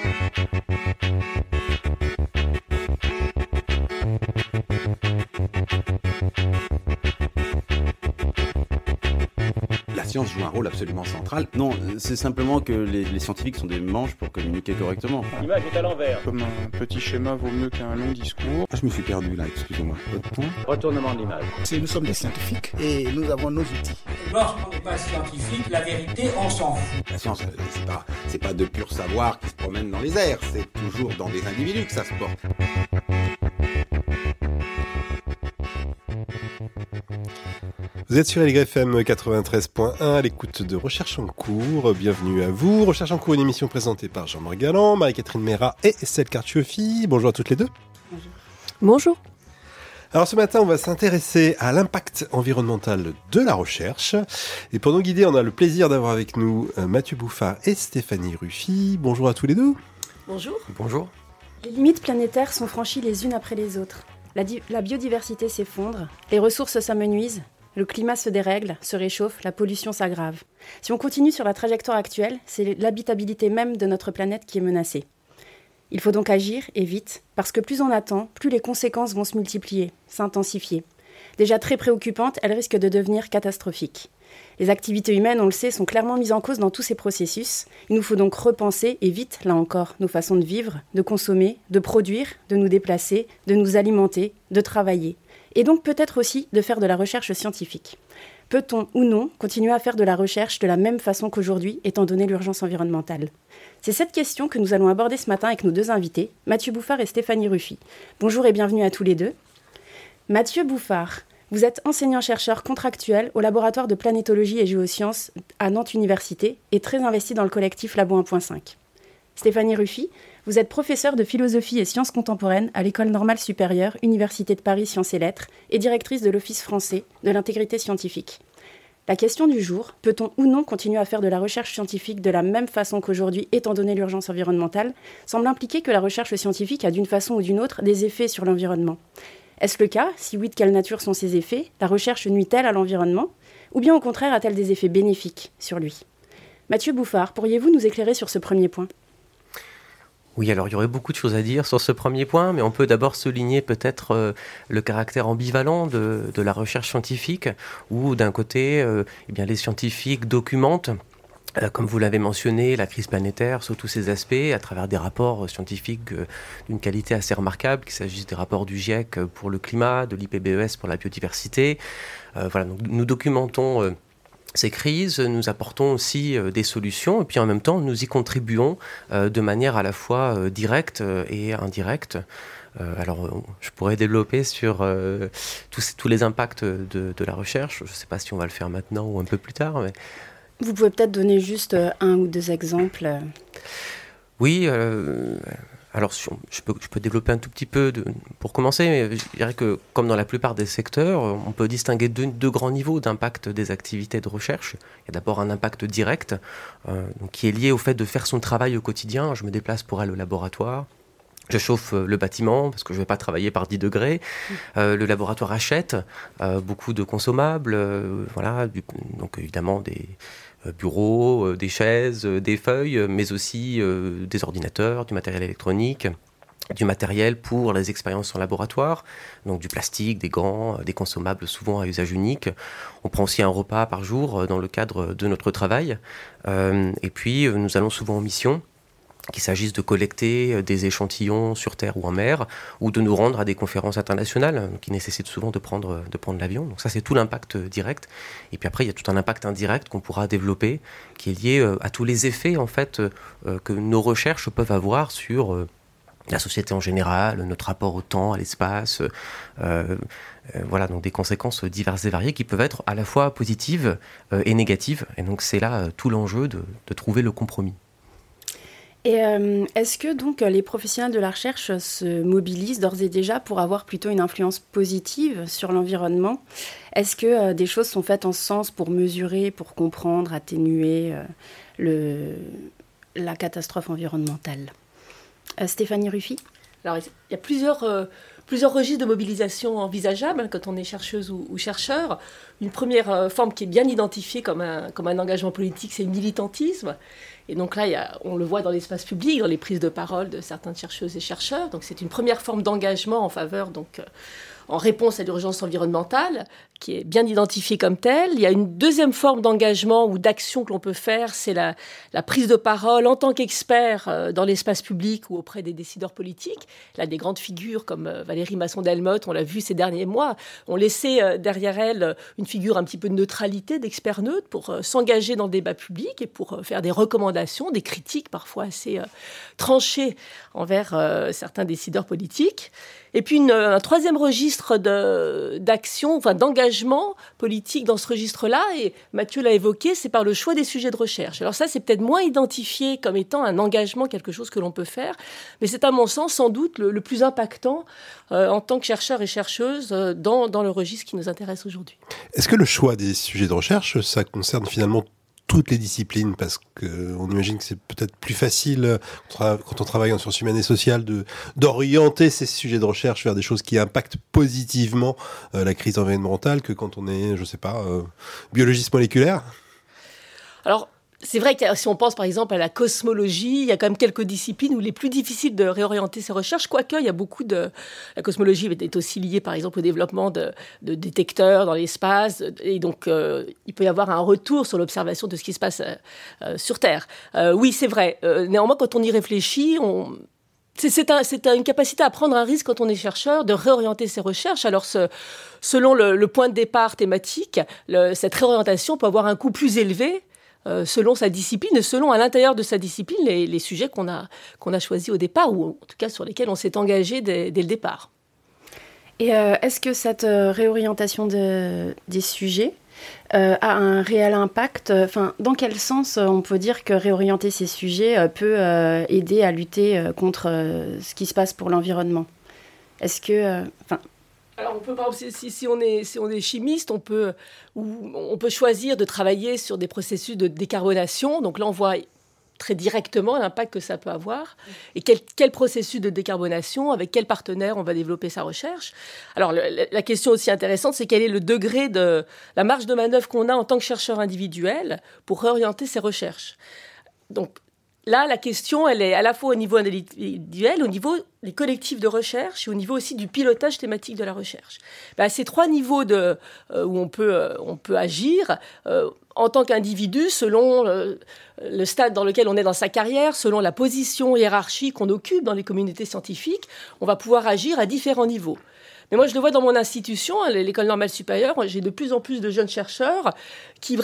La science joue un rôle absolument central. Non, c'est simplement que les scientifiques sont des manches pour communiquer correctement. L'image est à l'envers. Comme un petit schéma vaut mieux qu'un long discours. Ah, je me suis perdu là, excusez-moi. Votre point ? Retournement de l'image. Nous sommes des scientifiques et nous avons nos outils. Lorsqu'on n'est pas scientifique, la vérité, on s'en fout. La science, c'est pas de pur savoir qui se promène dans les airs, c'est toujours dans des individus que ça se porte. Vous êtes sur LGFM 93.1 à l'écoute de Recherche en cours. Bienvenue à vous. Recherche en cours, une émission présentée par Jean-Marc Galland, Marie-Catherine Mérat et Estelle Cartier-Fille. Bonjour à toutes les deux. Bonjour. Bonjour. Alors ce matin, on va s'intéresser à l'impact environnemental de la recherche. Et pour nous guider, on a le plaisir d'avoir avec nous Mathieu Bouffard et Stéphanie Ruffy. Bonjour à tous les deux. Bonjour. Bonjour. Les limites planétaires sont franchies les unes après les autres. La biodiversité s'effondre, les ressources s'amenuisent, le climat se dérègle, se réchauffe, la pollution s'aggrave. Si on continue sur la trajectoire actuelle, c'est l'habitabilité même de notre planète qui est menacée. Il faut donc agir, et vite, parce que plus on attend, plus les conséquences vont se multiplier, s'intensifier. Déjà très préoccupantes, elles risquent de devenir catastrophiques. Les activités humaines, on le sait, sont clairement mises en cause dans tous ces processus. Il nous faut donc repenser, et vite, là encore, nos façons de vivre, de consommer, de produire, de nous déplacer, de nous alimenter, de travailler. Et donc peut-être aussi de faire de la recherche scientifique. Peut-on ou non continuer à faire de la recherche de la même façon qu'aujourd'hui, étant donné l'urgence environnementale ? C'est cette question que nous allons aborder ce matin avec nos deux invités, Mathieu Bouffard et Stéphanie Ruffy. Bonjour et bienvenue à tous les deux. Mathieu Bouffard, vous êtes enseignant-chercheur contractuel au laboratoire de planétologie et géosciences à Nantes Université et très investi dans le collectif Labo 1.5. Stéphanie Ruffy, vous êtes professeure de philosophie et sciences contemporaines à l'École normale supérieure, Université de Paris Sciences et Lettres et directrice de l'Office français de l'intégrité scientifique. La question du jour, peut-on ou non continuer à faire de la recherche scientifique de la même façon qu'aujourd'hui, étant donné l'urgence environnementale, semble impliquer que la recherche scientifique a d'une façon ou d'une autre des effets sur l'environnement. Est-ce le cas ? Si oui, de quelle nature sont ces effets ? La recherche nuit-elle à l'environnement ? Ou bien au contraire a-t-elle des effets bénéfiques sur lui ? Mathieu Bouffard, pourriez-vous nous éclairer sur ce premier point ? Oui, alors il y aurait beaucoup de choses à dire sur ce premier point, mais on peut d'abord souligner peut-être le caractère ambivalent de la recherche scientifique, où d'un côté, les scientifiques documentent, comme vous l'avez mentionné, la crise planétaire sous tous ses aspects, à travers des rapports scientifiques d'une qualité assez remarquable, qu'il s'agisse des rapports du GIEC pour le climat, de l'IPBES pour la biodiversité. Donc nous documentons ces crises, nous apportons aussi des solutions et puis en même temps nous y contribuons de manière à la fois directe et indirecte. Je pourrais développer sur tous les impacts de la recherche. Je ne sais pas si on va le faire maintenant ou un peu plus tard. Mais... Vous pouvez peut-être donner juste un ou deux exemples. Oui, alors je peux développer un tout petit peu pour commencer, mais je dirais que comme dans la plupart des secteurs, on peut distinguer deux grands niveaux d'impact des activités de recherche. Il y a d'abord un impact direct, qui est lié au fait de faire son travail au quotidien. Je me déplace pour aller au laboratoire. Je chauffe le bâtiment parce que je ne vais pas travailler par 10 degrés. Le laboratoire achète beaucoup de consommables, donc évidemment des bureaux, des chaises, des feuilles, mais aussi des ordinateurs, du matériel électronique, du matériel pour les expériences en laboratoire, donc du plastique, des gants, des consommables souvent à usage unique. On prend aussi un repas par jour dans le cadre de notre travail. Et puis nous allons souvent en mission, qu'il s'agisse de collecter des échantillons sur terre ou en mer, ou de nous rendre à des conférences internationales qui nécessitent souvent de prendre l'avion. Donc ça, c'est tout l'impact direct. Et puis après, il y a tout un impact indirect qu'on pourra développer, qui est lié à tous les effets en fait que nos recherches peuvent avoir sur la société en général, notre rapport au temps, à l'espace. Donc des conséquences diverses et variées qui peuvent être à la fois positives et négatives. Et donc c'est là tout l'enjeu de trouver le compromis. Et est-ce que donc les professionnels de la recherche se mobilisent d'ores et déjà pour avoir plutôt une influence positive sur l'environnement ? Est-ce que des choses sont faites en ce sens pour mesurer, pour comprendre, atténuer la catastrophe environnementale ? Stéphanie Ruffy ? Alors, il y a plusieurs registres de mobilisation envisageables quand on est chercheuse ou chercheur. une première forme qui est bien identifiée comme un engagement politique, c'est le militantisme. Et donc là, on le voit dans l'espace public, dans les prises de parole de certaines chercheuses et chercheurs. Donc c'est une première forme d'engagement en faveur, en réponse à l'urgence environnementale, qui est bien identifiée comme telle. Il y a une deuxième forme d'engagement ou d'action que l'on peut faire, c'est la prise de parole en tant qu'expert dans l'espace public ou auprès des décideurs politiques. Là, des grandes figures comme Valérie Masson-Delmotte, on l'a vu ces derniers mois, ont laissé derrière elle une figure un petit peu de neutralité, d'expert neutre, pour s'engager dans le débat public et pour faire des recommandations, des critiques parfois assez tranchées envers certains décideurs politiques. Et puis un troisième registre d'action, d'engagement politique dans ce registre-là, et Mathieu l'a évoqué, c'est par le choix des sujets de recherche. Alors ça, c'est peut-être moins identifié comme étant un engagement, quelque chose que l'on peut faire, mais c'est à mon sens sans doute le plus impactant en tant que chercheur et chercheuse dans le registre qui nous intéresse aujourd'hui. Est-ce que le choix des sujets de recherche, ça concerne finalement toutes les disciplines, parce qu'on imagine que c'est peut-être plus facile quand on travaille en sciences humaines et sociales d'orienter ces sujets de recherche vers des choses qui impactent positivement la crise environnementale que quand on est, je sais pas, biologiste moléculaire. Alors, c'est vrai que si on pense par exemple à la cosmologie, il y a quand même quelques disciplines où il est plus difficile de réorienter ses recherches, quoique il y a beaucoup de... La cosmologie est aussi liée par exemple au développement de détecteurs dans l'espace, et donc il peut y avoir un retour sur l'observation de ce qui se passe sur Terre. Oui, c'est vrai. Néanmoins, quand on y réfléchit, c'est une capacité à prendre un risque quand on est chercheur, de réorienter ses recherches. Alors, selon le point de départ thématique, cette réorientation peut avoir un coût plus élevé selon sa discipline et selon, à l'intérieur de sa discipline, les sujets qu'on a choisis au départ, ou en tout cas sur lesquels on s'est engagé dès le départ. Et est-ce que cette réorientation des sujets a un réel impact ? Dans quel sens on peut dire que réorienter ces sujets peut aider à lutter contre ce qui se passe pour l'environnement ? Est-ce que... Alors, on peut, par exemple, si on est chimiste, on peut choisir de travailler sur des processus de décarbonation. Donc là, on voit très directement l'impact que ça peut avoir. Et quel processus de décarbonation, avec quel partenaire on va développer sa recherche. Alors, la question aussi intéressante, c'est quel est le degré de la marge de manœuvre qu'on a en tant que chercheur individuel pour réorienter ses recherches. Donc, là, la question, elle est à la fois au niveau individuel, au niveau des collectifs de recherche et au niveau aussi du pilotage thématique de la recherche. Ces trois niveaux où on peut agir en tant qu'individu, selon le stade dans lequel on est dans sa carrière, selon la position hiérarchique qu'on occupe dans les communautés scientifiques, on va pouvoir agir à différents niveaux. Mais moi, je le vois dans mon institution, l'École normale supérieure, j'ai de plus en plus de jeunes chercheurs qui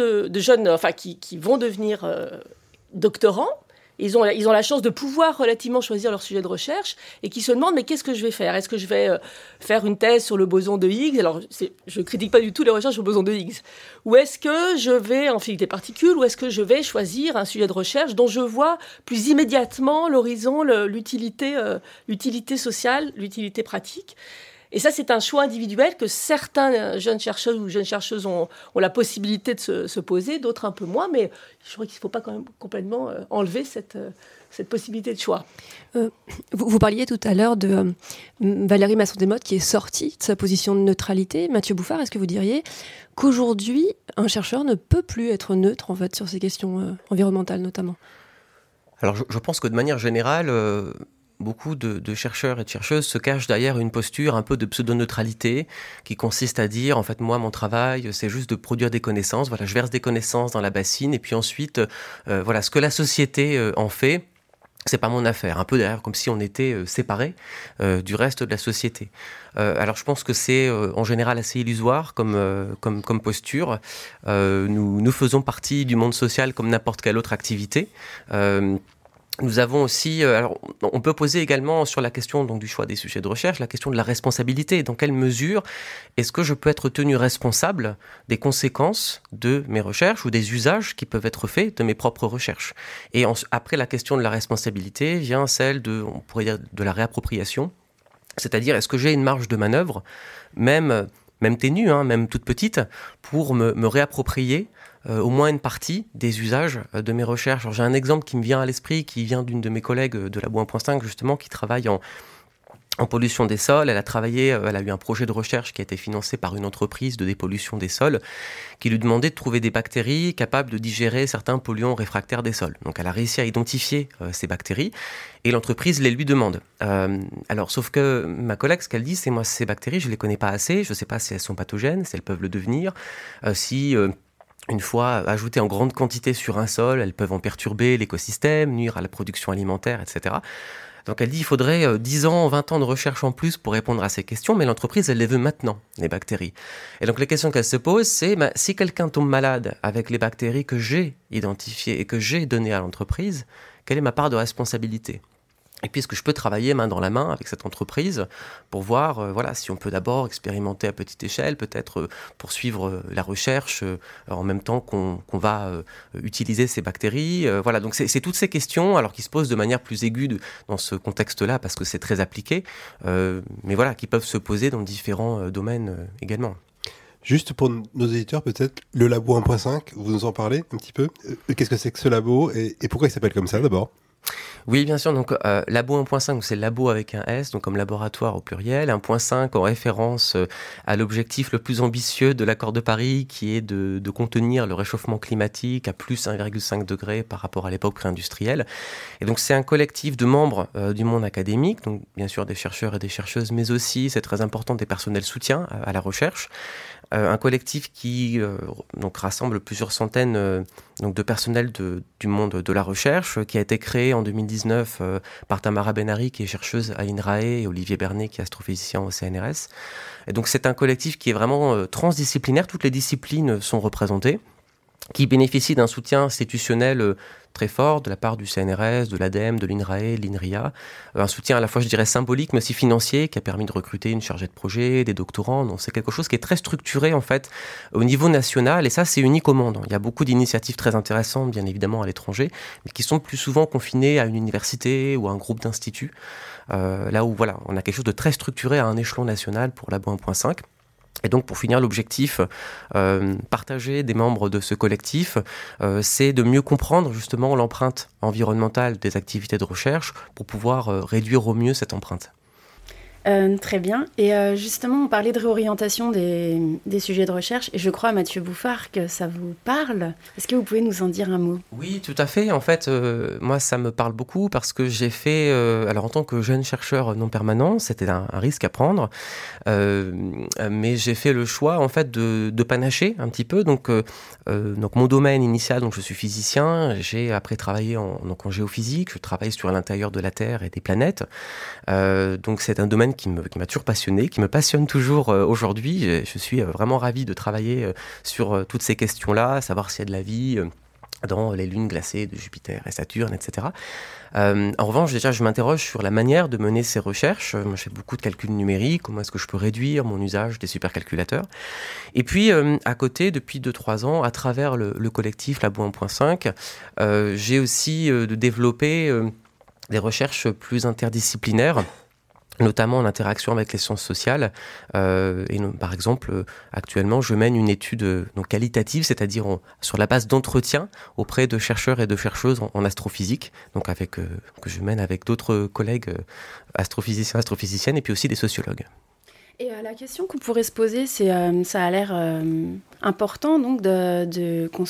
vont devenir doctorants. Ils ont la chance de pouvoir relativement choisir leur sujet de recherche et qui se demandent mais qu'est-ce que je vais faire ? Est-ce que je vais faire une thèse sur le boson de Higgs ? Alors, je ne critique pas du tout les recherches sur le boson de Higgs. Ou est-ce que je vais en physique des particules ? Ou est-ce que je vais choisir un sujet de recherche dont je vois plus immédiatement l'horizon, l'utilité sociale, l'utilité pratique ? Et ça, c'est un choix individuel que certains jeunes chercheurs ou jeunes chercheuses ont la possibilité de se poser, d'autres un peu moins, mais je crois qu'il ne faut pas quand même complètement enlever cette possibilité de choix. Vous parliez tout à l'heure de Valérie Masson-Delmotte qui est sortie de sa position de neutralité. Mathieu Bouffard, est-ce que vous diriez qu'aujourd'hui, un chercheur ne peut plus être neutre en fait, sur ces questions environnementales notamment ? Alors je pense que de manière générale... beaucoup de chercheurs et de chercheuses se cachent derrière une posture un peu de pseudo-neutralité qui consiste à dire, en fait, moi, mon travail, c'est juste de produire des connaissances. Voilà, je verse des connaissances dans la bassine et puis ensuite, ce que la société en fait, c'est pas mon affaire. Un peu derrière, comme si on était séparés du reste de la société. Alors, je pense que c'est en général assez illusoire comme posture. Nous faisons partie du monde social comme n'importe quelle autre activité. Nous avons aussi, alors on peut poser également sur la question donc, du choix des sujets de recherche, la question de la responsabilité. Dans quelle mesure est-ce que je peux être tenu responsable des conséquences de mes recherches ou des usages qui peuvent être faits de mes propres recherches ? Et après la question de la responsabilité vient celle on pourrait dire de la réappropriation. C'est-à-dire, est-ce que j'ai une marge de manœuvre, même ténue, même toute petite, pour me réapproprier au moins une partie des usages de mes recherches. Alors, j'ai un exemple qui me vient à l'esprit, qui vient d'une de mes collègues de la Bois 1.5, justement, qui travaille en pollution des sols. Elle a eu un projet de recherche qui a été financé par une entreprise de dépollution des sols qui lui demandait de trouver des bactéries capables de digérer certains polluants réfractaires des sols. Donc elle a réussi à identifier ces bactéries et l'entreprise les lui demande. Alors sauf que ma collègue, ce qu'elle dit, c'est moi ces bactéries, je les connais pas assez, je sais pas si elles sont pathogènes, si elles peuvent le devenir, une fois ajoutées en grande quantité sur un sol, elles peuvent en perturber l'écosystème, nuire à la production alimentaire, etc. Donc elle dit qu'il faudrait 10 ans, 20 ans de recherche en plus pour répondre à ces questions, mais l'entreprise, elle les veut maintenant, les bactéries. Et donc les questions qu'elle se pose, c'est si quelqu'un tombe malade avec les bactéries que j'ai identifiées et que j'ai données à l'entreprise, quelle est ma part de responsabilité ? Et puis, est-ce que je peux travailler main dans la main avec cette entreprise pour voir si on peut d'abord expérimenter à petite échelle, peut-être poursuivre la recherche en même temps qu'on va utiliser ces bactéries. Donc c'est toutes ces questions, alors qui se posent de manière plus aiguë dans ce contexte-là, parce que c'est très appliqué, mais voilà, qui peuvent se poser dans différents domaines également. Juste pour nos éditeurs, peut-être, le labo 1.5, vous nous en parlez un petit peu. Qu'est-ce que c'est que ce labo et pourquoi il s'appelle comme ça d'abord ? Oui, bien sûr. Donc, labo 1.5, c'est labo avec un S, donc comme laboratoire au pluriel. 1.5 en référence à l'objectif le plus ambitieux de l'accord de Paris, qui est de contenir le réchauffement climatique à plus 1,5 degré par rapport à l'époque pré-industrielle. Et donc, c'est un collectif de membres du monde académique, donc bien sûr des chercheurs et des chercheuses, mais aussi, c'est très important, des personnels soutien à la recherche. Un collectif qui rassemble plusieurs centaines de personnels du monde de la recherche, qui a été créé en 2019 par Tamara Benari, qui est chercheuse à l'INRAE, et Olivier Bernet, qui est astrophysicien au CNRS. Et donc c'est un collectif qui est vraiment transdisciplinaire, toutes les disciplines sont représentées, qui bénéficie d'un soutien institutionnel très fort de la part du CNRS, de l'ADEME, de l'INRAE, de l'INRIA. Un soutien à la fois, je dirais, symbolique, mais aussi financier, qui a permis de recruter une chargée de projet, des doctorants. Donc c'est quelque chose qui est très structuré, en fait, au niveau national. Et ça, c'est unique au monde. Il y a beaucoup d'initiatives très intéressantes, bien évidemment, à l'étranger, mais qui sont plus souvent confinées à une université ou à un groupe d'instituts. Là où, on a quelque chose de très structuré à un échelon national pour Labo 1.5. Et donc, pour finir, l'objectif partagé des membres de ce collectif, c'est de mieux comprendre justement l'empreinte environnementale des activités de recherche pour pouvoir réduire au mieux cette empreinte. Très bien. Et justement, on parlait de réorientation des sujets de recherche. Et je crois, Mathieu Bouffard, que ça vous parle. Est-ce que vous pouvez nous en dire un mot ? Oui, tout à fait. En fait, moi, ça me parle beaucoup parce que j'ai fait... alors, en tant que jeune chercheur non permanent, c'était un risque à prendre. Mais j'ai fait le choix, en fait, de panacher un petit peu. Donc mon domaine initial, donc je suis physicien. J'ai après travaillé en géophysique. Je travaille sur l'intérieur de la Terre et des planètes. Donc, c'est un domaine qui m'a toujours passionné, qui me passionne toujours aujourd'hui. Je suis vraiment ravi de travailler sur toutes ces questions-là, savoir s'il y a de la vie dans les lunes glacées de Jupiter et Saturne, etc. En revanche, déjà, je m'interroge sur la manière de mener ces recherches. Moi, je fais beaucoup de calculs numériques. Comment est-ce que je peux réduire mon usage des supercalculateurs ? Et puis, à côté, depuis 2-3 ans, à travers le collectif Labo 1.5, j'ai aussi développé des recherches plus interdisciplinaires, notamment en interaction avec les sciences sociales. Par exemple, actuellement, je mène une étude qualitative, c'est-à-dire sur la base d'entretien auprès de chercheurs et de chercheuses en astrophysique, donc que je mène avec d'autres collègues astrophysiciens, astrophysiciennes, et puis aussi des sociologues. Et la question qu'on pourrait se poser, c'est, ça a l'air important, donc, qu'on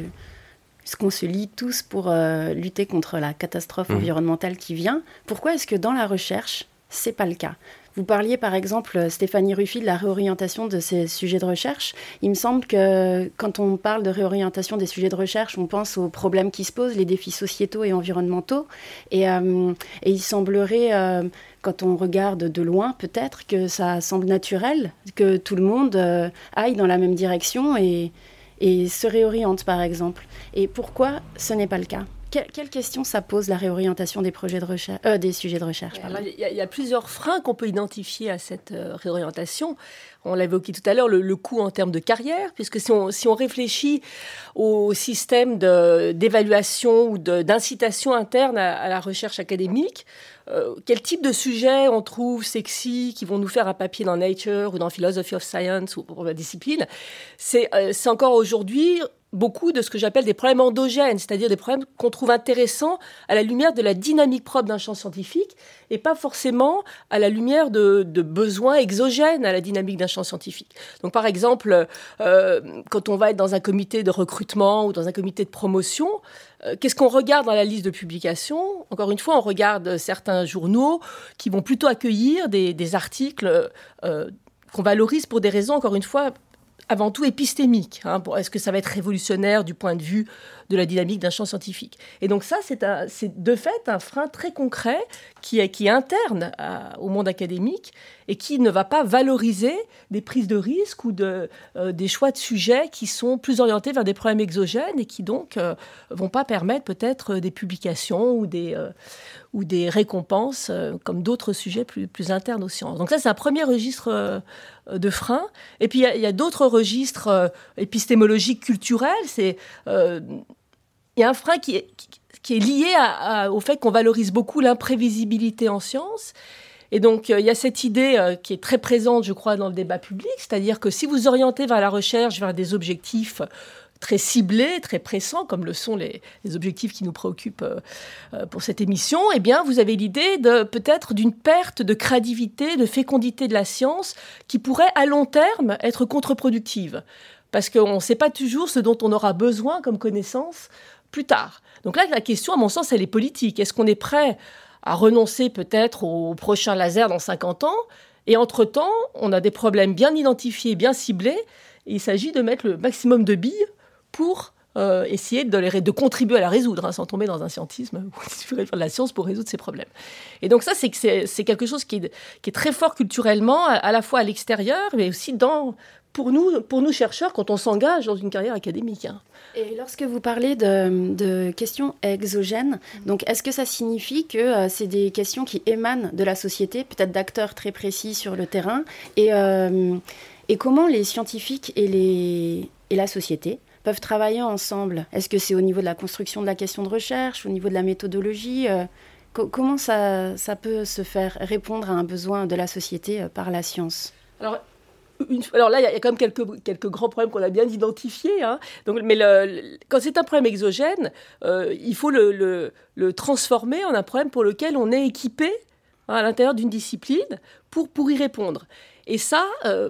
se lie tous pour lutter contre la catastrophe environnementale qui vient. Pourquoi est-ce que dans la recherche, c'est pas le cas ? Vous parliez par exemple, Stéphanie Ruffy, de la réorientation de ces sujets de recherche. Il me semble que quand on parle de réorientation des sujets de recherche, on pense aux problèmes qui se posent, les défis sociétaux et environnementaux. Et il semblerait, quand on regarde de loin, peut-être que ça semble naturel que tout le monde aille dans la même direction et se réoriente, par exemple. Et pourquoi ce n'est pas le cas ? Quelle question ça pose, la réorientation des projets de recherche, des sujets de recherche ? Il y a plusieurs freins qu'on peut identifier à cette réorientation. On l'a évoqué tout à l'heure, le coût en termes de carrière, puisque si on réfléchit au système d'évaluation ou d'incitation interne à la recherche académique, quel type de sujets on trouve sexy, qui vont nous faire un papier dans Nature ou dans Philosophy of Science ou pour la discipline, c'est encore aujourd'hui beaucoup de ce que j'appelle des problèmes endogènes, c'est-à-dire des problèmes qu'on trouve intéressants à la lumière de la dynamique propre d'un champ scientifique et pas forcément à la lumière de besoins exogènes à la dynamique d'un champ scientifique. Donc par exemple, quand on va être dans un comité de recrutement ou dans un comité de promotion, qu'est-ce qu'on regarde dans la liste de publications ? Encore une fois, on regarde certains journaux qui vont plutôt accueillir des articles qu'on valorise pour des raisons, encore une fois, avant tout épistémique. Est-ce que ça va être révolutionnaire du point de vue de la dynamique d'un champ scientifique ? Et donc ça, c'est de fait un frein très concret qui est interne au monde académique et qui ne va pas valoriser des prises de risques ou des choix de sujets qui sont plus orientés vers des problèmes exogènes et qui donc vont pas permettre peut-être des publications ou des récompenses comme d'autres sujets plus internes aux sciences. Donc ça, c'est un premier registre de frein. Et puis, il y a d'autres registres épistémologiques culturels. Il y a un frein qui est lié au fait qu'on valorise beaucoup l'imprévisibilité en sciences. Et donc, il y a cette idée qui est très présente, je crois, dans le débat public, c'est-à-dire que si vous orientez vers la recherche, vers des objectifs très ciblés, très pressants, comme le sont les objectifs qui nous préoccupent pour cette émission, eh bien, vous avez l'idée peut-être d'une perte de créativité, de fécondité de la science qui pourrait, à long terme, être contre-productive. Parce qu'on ne sait pas toujours ce dont on aura besoin comme connaissance plus tard. Donc là, la question, à mon sens, elle est politique. Est-ce qu'on est prêt à renoncer peut-être au prochain laser dans 50 ans ? Et entre-temps, on a des problèmes bien identifiés, bien ciblés. Et il s'agit de mettre le maximum de billes pour essayer de contribuer à la résoudre, sans tomber dans un scientisme où il suffirait de faire de la science pour résoudre ces problèmes. Et donc ça, c'est quelque chose qui est très fort culturellement, à la fois à l'extérieur, mais aussi pour nous chercheurs, quand on s'engage dans une carrière académique. Et lorsque vous parlez de questions exogènes, donc est-ce que ça signifie que c'est des questions qui émanent de la société, peut-être d'acteurs très précis sur le terrain, et comment les scientifiques et la société peuvent travailler ensemble ? Est-ce que c'est au niveau de la construction de la question de recherche, au niveau de la méthodologie ? Comment ça peut se faire répondre à un besoin de la société par la science ? Alors là, il y a quand même quelques grands problèmes qu'on a bien identifiés. Donc, mais quand c'est un problème exogène, il faut le transformer en un problème pour lequel on est équipé à l'intérieur d'une discipline pour y répondre. Et ça,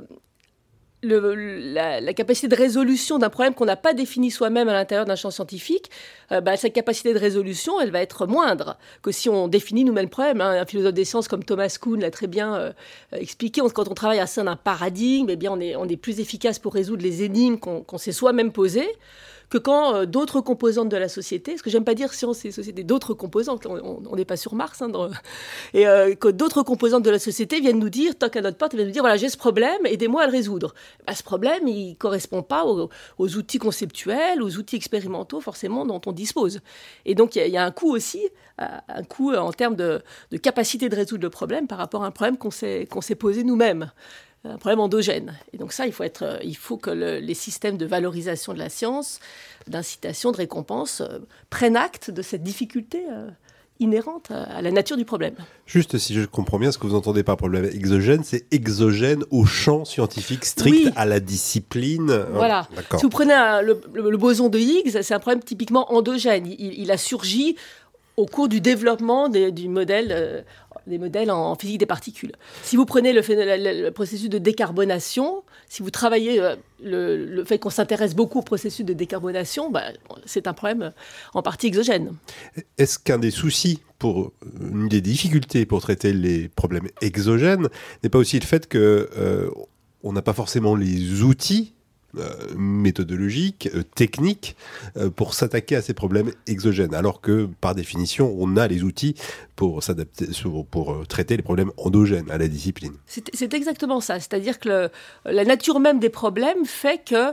la capacité de résolution d'un problème qu'on n'a pas défini soi-même à l'intérieur d'un champ scientifique, cette capacité de résolution, elle va être moindre que si on définit nous-mêmes le problème. Un philosophe des sciences comme Thomas Kuhn l'a très bien expliqué. Quand on travaille à sein d'un paradigme, eh bien on est plus efficace pour résoudre les énigmes qu'on s'est soi-même posées que quand d'autres composantes de la société, ce que j'aime pas dire science et société, d'autres composantes, on n'est pas sur Mars, et que d'autres composantes de la société viennent nous dire, toquent à notre porte, viennent nous dire, voilà, j'ai ce problème, aidez-moi à le résoudre. Ce problème, il correspond pas aux outils conceptuels, aux outils expérimentaux forcément dont on dispose. Et donc il y a un coût aussi, un coût en termes de capacité de résoudre le problème par rapport à un problème qu'on s'est posé nous-mêmes. Un problème endogène. Et donc ça, il faut que les systèmes de valorisation de la science, d'incitation, de récompense, prennent acte de cette difficulté inhérente à la nature du problème. Juste, si je comprends bien, ce que vous entendez par problème exogène, c'est exogène au champ scientifique strict, oui, à la discipline. Voilà. D'accord. Si vous prenez le boson de Higgs, c'est un problème typiquement endogène. Il a surgi au cours du développement des modèles en physique des particules. Si vous prenez le processus de décarbonation, si vous travaillez le fait qu'on s'intéresse beaucoup au processus de décarbonation, c'est un problème en partie exogène. Est-ce qu'un des soucis, une des difficultés pour traiter les problèmes exogènes, n'est pas aussi le fait qu'on n'a pas forcément les outils méthodologiques, techniques, pour s'attaquer à ces problèmes exogènes, alors que par définition on a les outils pour s'adapter, pour traiter les problèmes endogènes à la discipline. C'est exactement ça, c'est-à-dire que la nature même des problèmes fait que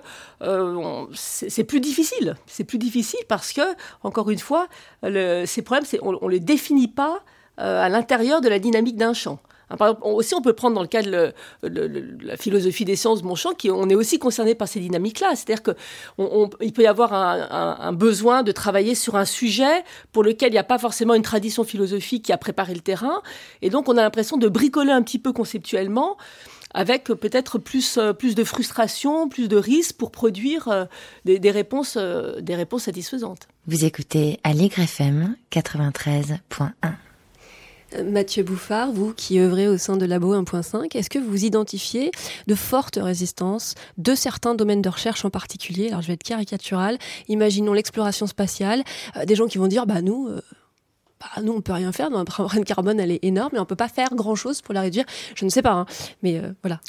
c'est plus difficile. C'est plus difficile parce que, encore une fois, ces problèmes, on les définit pas à l'intérieur de la dynamique d'un champ. Par exemple, aussi, on peut prendre dans le cas de la philosophie des sciences de mon champ, on est aussi concerné par ces dynamiques-là. C'est-à-dire qu'il peut y avoir un besoin de travailler sur un sujet pour lequel il n'y a pas forcément une tradition philosophique qui a préparé le terrain. Et donc, on a l'impression de bricoler un petit peu conceptuellement avec peut-être plus de frustration, plus de risques pour produire des réponses satisfaisantes. Vous écoutez Allegre FM 93.1. Mathieu Bouffard, vous qui œuvrez au sein de Labo 1.5, est-ce que vous identifiez de fortes résistances de certains domaines de recherche en particulier? Alors je vais être caricaturale, imaginons l'exploration spatiale, des gens qui vont dire nous on peut rien faire, notre empreinte carbone elle est énorme et on peut pas faire grand chose pour la réduire, je ne sais pas, mais voilà.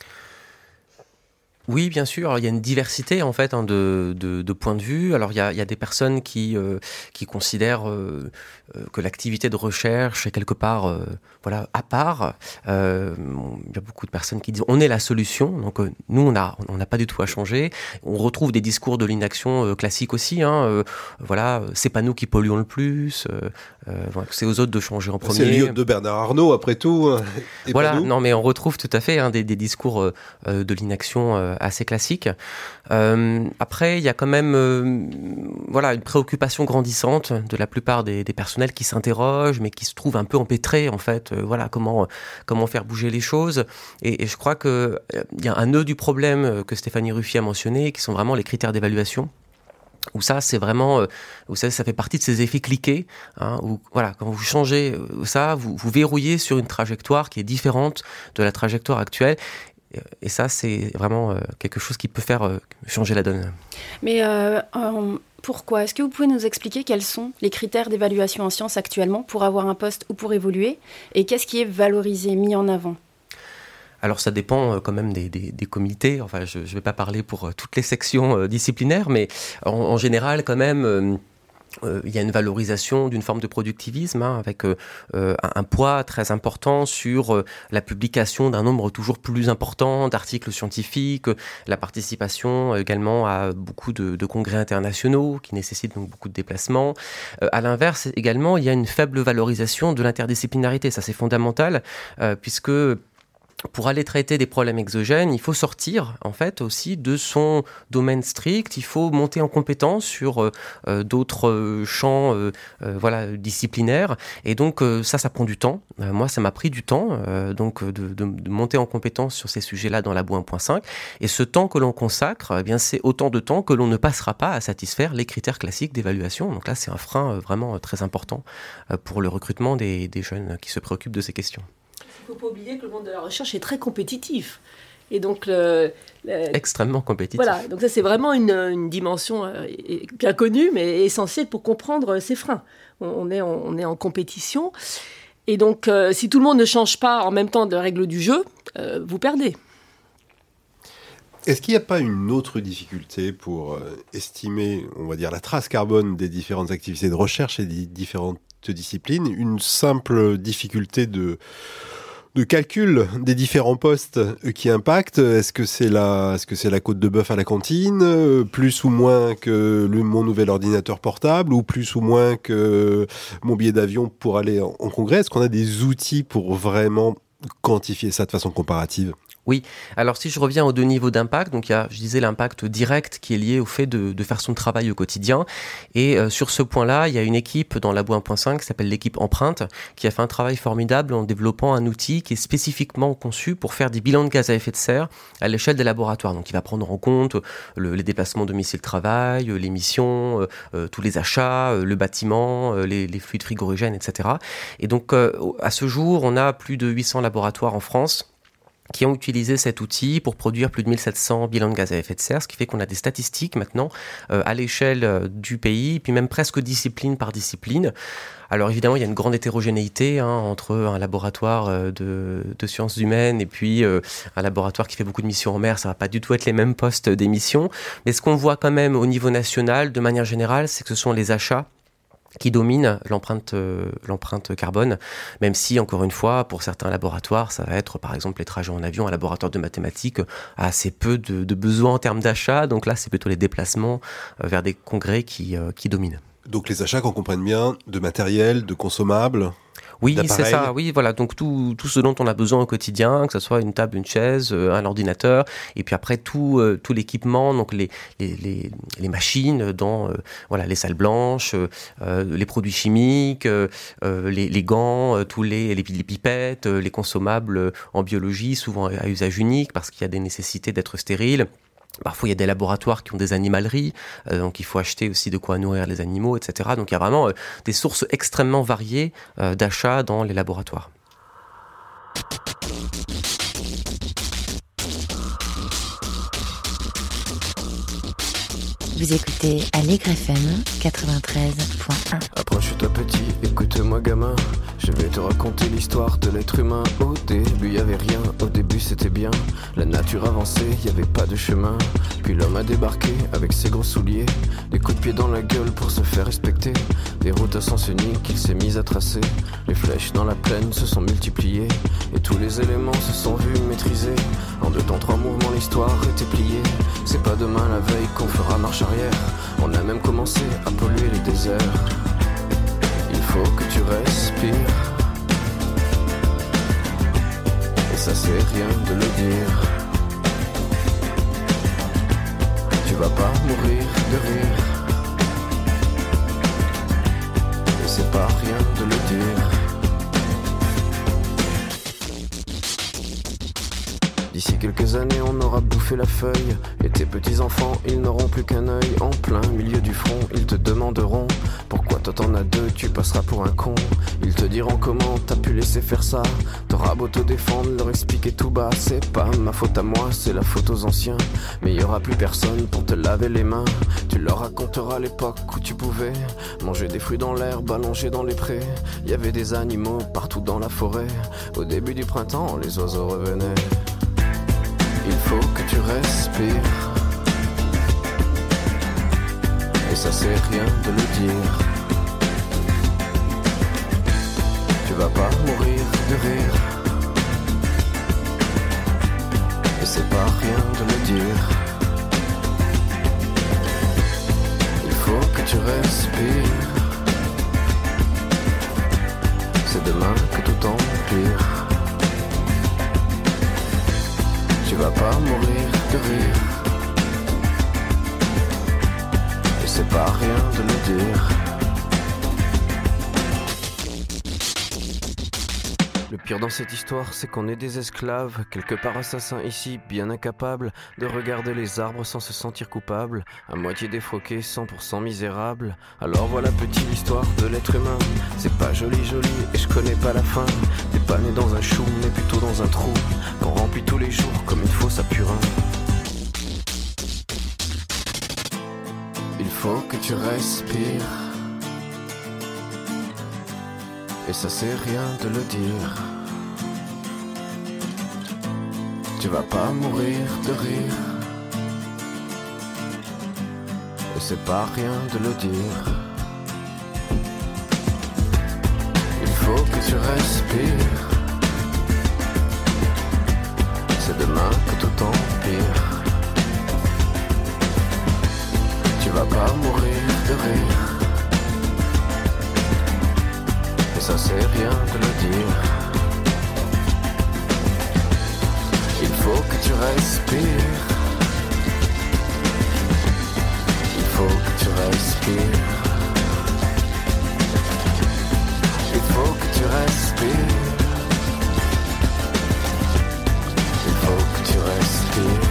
Oui, bien sûr. Alors, il y a une diversité en fait de points de vue. Alors il y a des personnes qui considèrent que l'activité de recherche est quelque part à part. Il y a beaucoup de personnes qui disent on est la solution. Donc nous on n'a pas du tout à changer. On retrouve des discours de l'inaction classique aussi. C'est pas nous qui polluons le plus. C'est aux autres de changer en premier. C'est le livre de Bernard Arnault après tout. Non mais on retrouve tout à fait des discours de l'inaction assez classique. Après, il y a quand même une préoccupation grandissante de la plupart des personnels qui s'interrogent, mais qui se trouvent un peu empêtrés, en fait. Comment faire bouger les choses. Et je crois qu'il y a un nœud du problème que Stéphanie Ruffier a mentionné, qui sont vraiment les critères d'évaluation. Où ça, c'est vraiment, vous savez, ça fait partie de ces effets cliqués, où quand vous changez ça, vous verrouillez sur une trajectoire qui est différente de la trajectoire actuelle. Et ça, c'est vraiment quelque chose qui peut faire changer la donne. Mais pourquoi ? Est-ce que vous pouvez nous expliquer quels sont les critères d'évaluation en sciences actuellement pour avoir un poste ou pour évoluer ? Et qu'est-ce qui est valorisé, mis en avant ? Alors ça dépend quand même des comités. Enfin, je ne vais pas parler pour toutes les sections disciplinaires, mais en général, quand même... il y a une valorisation d'une forme de productivisme avec un poids très important sur la publication d'un nombre toujours plus important d'articles scientifiques, la participation également à beaucoup de congrès internationaux qui nécessitent donc beaucoup de déplacements. À l'inverse, également, il y a une faible valorisation de l'interdisciplinarité. Ça, c'est fondamental puisque... Pour aller traiter des problèmes exogènes, il faut sortir en fait aussi de son domaine strict. Il faut monter en compétence sur d'autres champs disciplinaires. Et donc ça prend du temps. Moi, ça m'a pris du temps de monter en compétence sur ces sujets-là dans Labo 1.5. Et ce temps que l'on consacre, c'est autant de temps que l'on ne passera pas à satisfaire les critères classiques d'évaluation. Donc là, c'est un frein vraiment très important pour le recrutement des jeunes qui se préoccupent de ces questions. Il ne faut pas oublier que le monde de la recherche est très compétitif. Et donc extrêmement compétitif. Voilà, donc ça c'est vraiment une dimension bien connue, mais essentielle pour comprendre ces freins. On est en compétition. Et donc si tout le monde ne change pas en même temps de règles du jeu, vous perdez. Est-ce qu'il n'y a pas une autre difficulté pour estimer, on va dire, la trace carbone des différentes activités de recherche et des différentes disciplines ? Une simple difficulté de calcul des différents postes qui impactent. Est-ce que c'est la côte de bœuf à la cantine, plus ou moins que mon nouvel ordinateur portable, ou plus ou moins que mon billet d'avion pour aller en congrès ? Est-ce qu'on a des outils pour vraiment quantifier ça de façon comparative ? Oui, alors si je reviens aux deux niveaux d'impact, donc il y a, je disais, l'impact direct qui est lié au fait de faire son travail au quotidien. Et sur ce point-là, il y a une équipe dans Labo 1.5 qui s'appelle l'équipe Empreinte, qui a fait un travail formidable en développant un outil qui est spécifiquement conçu pour faire des bilans de gaz à effet de serre à l'échelle des laboratoires. Donc il va prendre en compte les déplacements domicile-travail, l'émission, tous les achats, le bâtiment, les fluides frigorigènes, etc. Et donc à ce jour, on a plus de 800 laboratoires en France qui ont utilisé cet outil pour produire plus de 1700 bilans de gaz à effet de serre, ce qui fait qu'on a des statistiques maintenant à l'échelle du pays, puis même presque discipline par discipline. Alors évidemment, il y a une grande hétérogénéité entre un laboratoire de sciences humaines et puis un laboratoire qui fait beaucoup de missions en mer. Ça ne va pas du tout être les mêmes postes d'émission. Mais ce qu'on voit quand même au niveau national, de manière générale, c'est que ce sont les achats qui domine l'empreinte carbone, même si, encore une fois, pour certains laboratoires, ça va être, par exemple, les trajets en avion. Un laboratoire de mathématiques a assez peu de besoins en termes d'achat, donc là, c'est plutôt les déplacements vers des congrès qui dominent. Donc les achats, qu'on comprenne bien, de matériel, de consommables ? Oui, c'est d'appareils. ça. Oui, voilà. Donc tout ce dont on a besoin au quotidien, que ce soit une table, une chaise, un ordinateur, et puis après tout l'équipement, donc les machines dans voilà les salles blanches, les produits chimiques, les gants, tous les pipettes, les consommables en biologie, souvent à usage unique parce qu'il y a des nécessités d'être stérile. Parfois, il y a des laboratoires qui ont des animaleries, donc il faut acheter aussi de quoi nourrir les animaux, etc. Donc il y a vraiment des sources extrêmement variées d'achat dans les laboratoires. Vous écoutez Allegre FM 93.1. Approche-toi petit, écoute-moi gamin. Je vais te raconter l'histoire de l'être humain. Au début y avait rien, au début c'était bien. La nature avançait, y avait pas de chemin. Puis l'homme a débarqué avec ses gros souliers, des coups de pied dans la gueule pour se faire respecter. Des routes à sens unique, il s'est mis à tracer. Les flèches dans la plaine se sont multipliées, et tous les éléments se sont vus maîtrisés. En 2 temps 3 mouvements l'histoire était pliée. C'est pas demain la veille qu'on fera marche arrière. On a même commencé à polluer les déserts. Il faut que tu respires, et ça c'est rien de le dire. Tu vas pas mourir de rire, et c'est pas rien de le dire. D'ici quelques années on aura bouffé la feuille, et tes petits enfants ils n'auront plus qu'un œil. En plein milieu du front ils te demanderont pourquoi toi t'en as 2, tu passeras pour un con. Ils te diront comment t'as pu laisser faire ça. T'auras beau te défendre, leur expliquer tout bas. C'est pas ma faute à moi, c'est la faute aux anciens. Mais y aura plus personne pour te laver les mains. Tu leur raconteras l'époque où tu pouvais manger des fruits dans l'herbe, allongés dans les prés. Y avait des animaux partout dans la forêt. Au début du printemps, les oiseaux revenaient. Il faut que tu respires, et ça c'est rien de le dire. Tu vas pas mourir de rire, et c'est pas rien de le dire. Il faut que tu respires, c'est demain que tout empire. Tu vas pas mourir de rire, et c'est pas rien de le dire. Le pire dans cette histoire, c'est qu'on est des esclaves, quelque part assassins ici, bien incapables de regarder les arbres sans se sentir coupables, à moitié défroqués, 100% misérables. Alors voilà petite l'histoire de l'être humain. C'est pas joli et je connais pas la fin. T'es pas né dans un chou, mais plutôt dans un trou qu'on remplit tous les jours comme une fosse à purin. Il faut que tu respires, et ça c'est rien de le dire. Tu vas pas mourir de rire, et c'est pas rien de le dire. Il faut que tu respires, c'est demain que tout empire. Tu vas pas mourir de rire, et ça c'est rien de le dire. Il faut que tu respires, il faut que tu respires, il faut que tu respires, il faut que tu respires.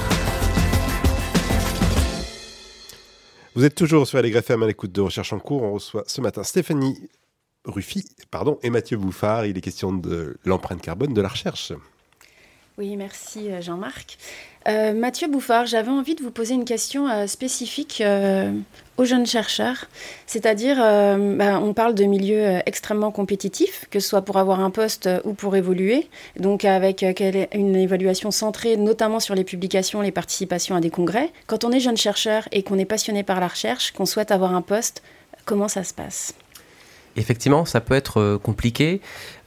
Vous êtes toujours sur Allegre FM à l'écoute de Recherche en cours. On reçoit ce matin Stéphanie Ruffy et Mathieu Bouffard. Il est question de l'empreinte carbone de la recherche. Oui, merci Jean-Marc. Mathieu Bouffard, j'avais envie de vous poser une question spécifique aux jeunes chercheurs. C'est-à-dire, on parle de milieux extrêmement compétitifs, que ce soit pour avoir un poste ou pour évoluer, donc avec une évaluation centrée notamment sur les publications, les participations à des congrès. Quand on est jeune chercheur et qu'on est passionné par la recherche, qu'on souhaite avoir un poste, comment ça se passe ? Effectivement, ça peut être compliqué.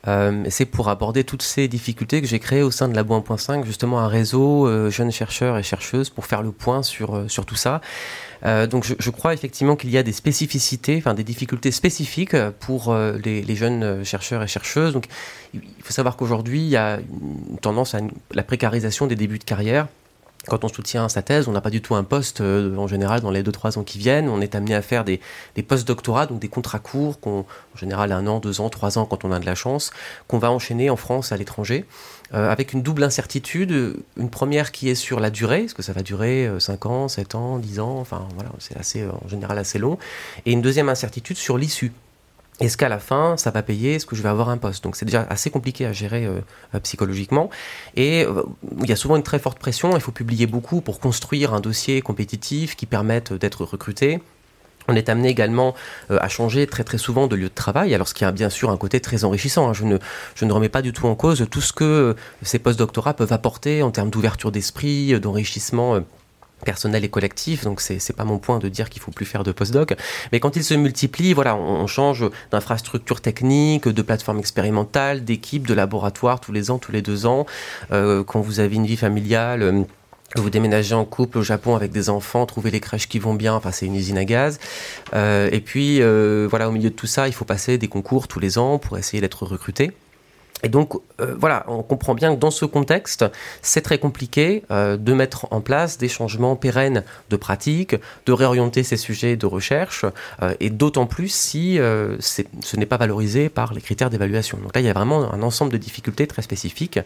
C'est pour aborder toutes ces difficultés que j'ai créé au sein de Labo 1.5, justement un réseau jeunes chercheurs et chercheuses pour faire le point sur tout ça. Donc je crois effectivement qu'il y a des spécificités, des difficultés spécifiques pour les jeunes chercheurs et chercheuses. Donc il faut savoir qu'aujourd'hui, il y a une tendance à la précarisation des débuts de carrière. Quand on soutient sa thèse, on n'a pas du tout un poste en général dans les 2-3 ans qui viennent. On est amené à faire des post-doctorats, donc des contrats courts, en général 1 an, 2 ans, 3 ans quand on a de la chance, qu'on va enchaîner en France, à l'étranger, avec une double incertitude. Une première qui est sur la durée, est-ce que ça va durer 5 ans, 7 ans, 10 ans, c'est en général assez long. Et une deuxième incertitude sur l'issue. Est-ce qu'à la fin, ça va payer? Est-ce que je vais avoir un poste? Donc c'est déjà assez compliqué à gérer psychologiquement. Et il y a souvent une très forte pression. Il faut publier beaucoup pour construire un dossier compétitif qui permette d'être recruté. On est amené également à changer très très souvent de lieu de travail, alors ce qui a bien sûr un côté très enrichissant. Je ne remets pas du tout en cause tout ce que ces post-doctorats peuvent apporter en termes d'ouverture d'esprit, d'enrichissement personnel et collectif, donc c'est pas mon point de dire qu'il faut plus faire de postdoc, mais quand ils se multiplient, on change d'infrastructure technique, de plateforme expérimentale, d'équipe, de laboratoire tous les ans, tous les 2 ans. Quand vous avez une vie familiale, vous déménagez en couple au Japon avec des enfants, trouvez les crèches qui vont bien, c'est une usine à gaz. Et puis au milieu de tout ça, il faut passer des concours tous les ans pour essayer d'être recruté. Et donc, on comprend bien que dans ce contexte, c'est très compliqué de mettre en place des changements pérennes de pratique, de réorienter ces sujets de recherche, et d'autant plus si ce n'est pas valorisé par les critères d'évaluation. Donc là, il y a vraiment un ensemble de difficultés très spécifiques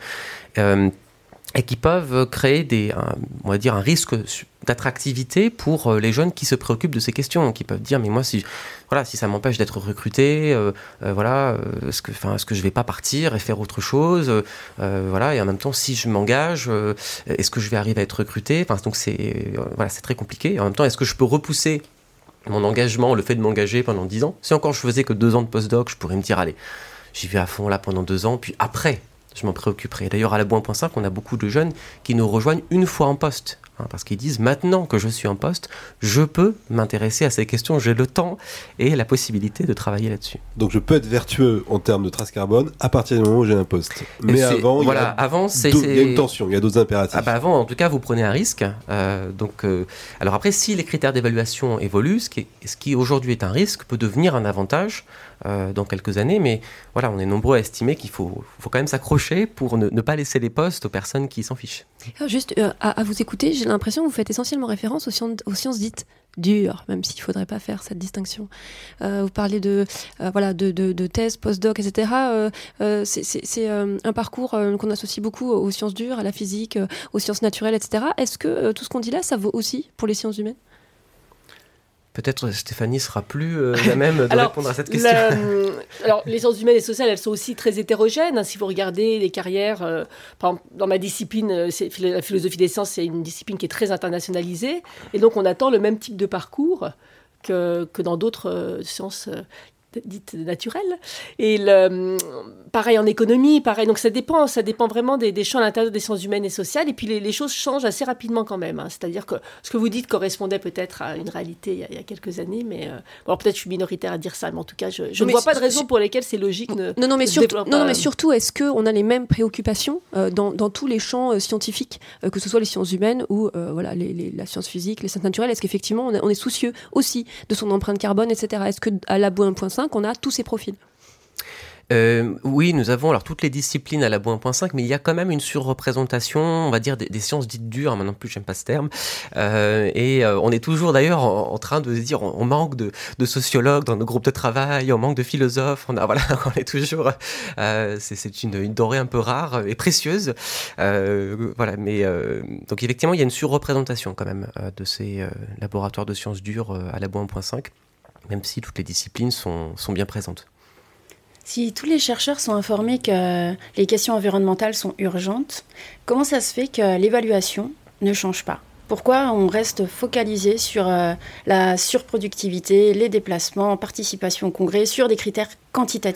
et qui peuvent créer un risque d'attractivité pour les jeunes qui se préoccupent de ces questions, qui peuvent dire mais moi si ça m'empêche d'être recruté, est-ce que je vais pas partir et faire autre chose, et en même temps si je m'engage, est-ce que je vais arriver à être recruté, donc c'est très compliqué. En même temps, est-ce que je peux repousser mon engagement, le fait de m'engager pendant 10 ans? Si encore je faisais que 2 ans de postdoc, je pourrais me dire allez, j'y vais à fond là pendant 2 ans, puis après je m'en préoccuperai. D'ailleurs, à Labo 1.5, on a beaucoup de jeunes qui nous rejoignent une fois en poste, parce qu'ils disent maintenant que je suis en poste, je peux m'intéresser à ces questions, j'ai le temps et la possibilité de travailler là-dessus. Donc je peux être vertueux en termes de trace carbone à partir du moment où j'ai un poste. Mais avant, il y a une tension, il y a d'autres impératifs. Avant, en tout cas, vous prenez un risque. Alors après, si les critères d'évaluation évoluent, ce qui aujourd'hui est un risque peut devenir un avantage dans quelques années, mais on est nombreux à estimer qu'il faut quand même s'accrocher pour ne pas laisser les postes aux personnes qui s'en fichent. Juste à vous écouter, j'ai l'impression que vous faites essentiellement référence aux sciences dites dures, même s'il ne faudrait pas faire cette distinction. Vous parlez de thèse, postdoc, etc. C'est un parcours qu'on associe beaucoup aux sciences dures, à la physique, aux sciences naturelles, etc. Est-ce que tout ce qu'on dit là, ça vaut aussi pour les sciences humaines ? Peut-être Stéphanie sera plus à même de répondre à cette question. Alors, les sciences humaines et sociales, elles sont aussi très hétérogènes. Si vous regardez les carrières, par exemple, dans ma discipline, la philosophie des sciences, c'est une discipline qui est très internationalisée. Et donc, on attend le même type de parcours que dans d'autres sciences dites naturelles. Et pareil en économie, pareil. Donc ça dépend vraiment des champs à l'intérieur des sciences humaines et sociales. Et puis les choses changent assez rapidement quand même. C'est-à-dire que ce que vous dites correspondait peut-être à une réalité il y a quelques années, mais peut-être je suis minoritaire à dire ça, mais en tout cas, je ne vois pas de raison pour lesquelles c'est logique. Mais surtout, est-ce qu'on a les mêmes préoccupations dans tous les champs scientifiques, que ce soit les sciences humaines ou la science physique, les sciences naturelles? Est-ce qu'effectivement on est soucieux aussi de son empreinte carbone, etc. Est-ce qu'à Labo 1.5 on a tous ces profils? Oui, nous avons alors toutes les disciplines à Labo 1.5, mais il y a quand même une surreprésentation, on va dire, des sciences dites dures. Maintenant plus, j'aime pas ce terme. On est toujours d'ailleurs en train de se dire, on manque de sociologues dans nos groupes de travail, on manque de philosophes. On est toujours. C'est une denrée un peu rare et précieuse. Donc effectivement, il y a une surreprésentation quand même de ces laboratoires de sciences dures à Labo 1.5, même si toutes les disciplines sont bien présentes. Si tous les chercheurs sont informés que les questions environnementales sont urgentes, comment ça se fait que l'évaluation ne change pas ? Pourquoi on reste focalisé sur la surproductivité, les déplacements, participation au congrès, sur des critères quantitatifs ?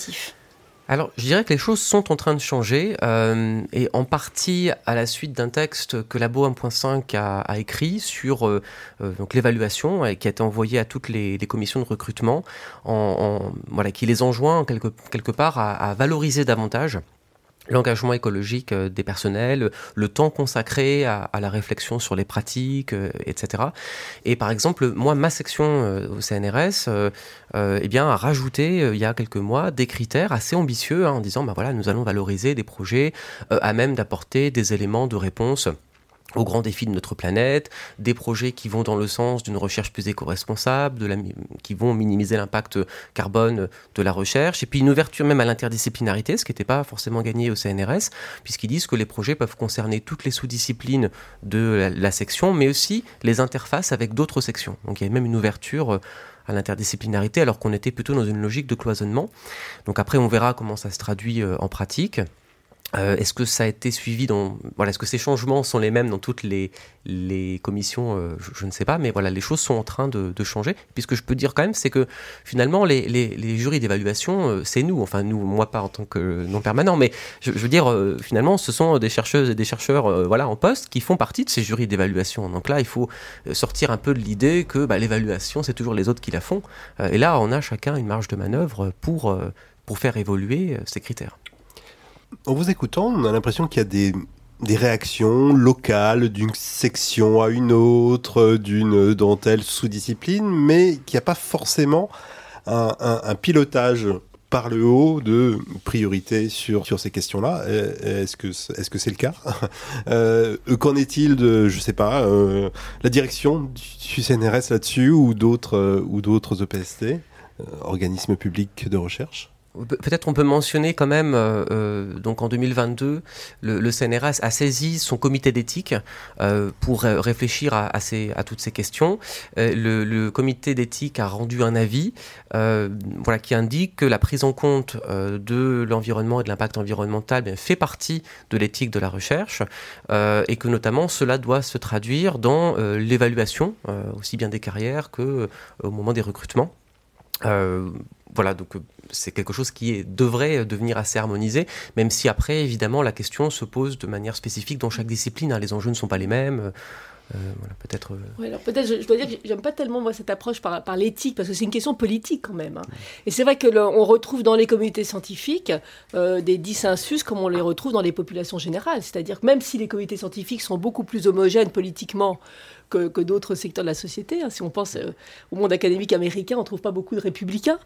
Alors, je dirais que les choses sont en train de changer, et en partie à la suite d'un texte que Labo 1.5 a écrit sur donc l'évaluation, et qui a été envoyé à toutes les commissions de recrutement, voilà, qui les enjoint quelque part à valoriser davantage l'engagement écologique des personnels, le temps consacré à la réflexion sur les pratiques, etc. Et par exemple, moi, ma section au CNRS a rajouté il y a quelques mois des critères assez ambitieux, en disant voilà, nous allons valoriser des projets à même d'apporter des éléments de réponse aux grands défis de notre planète, des projets qui vont dans le sens d'une recherche plus éco-responsable, qui vont minimiser l'impact carbone de la recherche, et puis une ouverture même à l'interdisciplinarité, ce qui n'était pas forcément gagné au CNRS, puisqu'ils disent que les projets peuvent concerner toutes les sous-disciplines de la section, mais aussi les interfaces avec d'autres sections. Donc il y a même une ouverture à l'interdisciplinarité, alors qu'on était plutôt dans une logique de cloisonnement. Donc après, on verra comment ça se traduit en pratique. Est-ce que ça a été suivi est-ce que ces changements sont les mêmes dans toutes les commissions, je ne sais pas, mais voilà, les choses sont en train de changer. Puis ce que je peux dire quand même, c'est que finalement, les jurys d'évaluation, c'est nous, enfin nous, moi pas en tant que non permanent, mais je veux dire, finalement, ce sont des chercheuses et des chercheurs en poste qui font partie de ces jurys d'évaluation. Donc là, il faut sortir un peu de l'idée que l'évaluation, c'est toujours les autres qui la font. Et là, on a chacun une marge de manœuvre pour faire évoluer ces critères. En vous écoutant, on a l'impression qu'il y a des réactions locales d'une section à une autre, dans telle sous-discipline, mais qu'il n'y a pas forcément un pilotage par le haut de priorité sur ces questions-là. Est-ce que c'est le cas? Qu'en est-il de, je sais pas, la direction du CNRS là-dessus ou d'autres EPST, organismes publics de recherche? Peut-être on peut mentionner quand même, donc en 2022, le CNRS a saisi son comité d'éthique pour réfléchir à toutes ces questions. Le comité d'éthique a rendu un avis qui indique que la prise en compte de l'environnement et de l'impact environnemental fait partie de l'éthique de la recherche et que notamment cela doit se traduire dans l'évaluation, aussi bien des carrières qu'au moment des recrutements. Donc c'est quelque chose qui devrait devenir assez harmonisé, même si après, évidemment, la question se pose de manière spécifique dans chaque discipline. Les enjeux ne sont pas les mêmes. Peut-être... Oui, alors peut-être, je dois dire que j'aime pas tellement moi, cette approche par l'éthique, parce que c'est une question politique quand même. Et c'est vrai qu'on retrouve dans les communautés scientifiques des dissensus comme on les retrouve dans les populations générales. C'est-à-dire que même si les communautés scientifiques sont beaucoup plus homogènes politiquement que d'autres secteurs de la société. Si on pense au monde académique américain, on ne trouve pas beaucoup de républicains.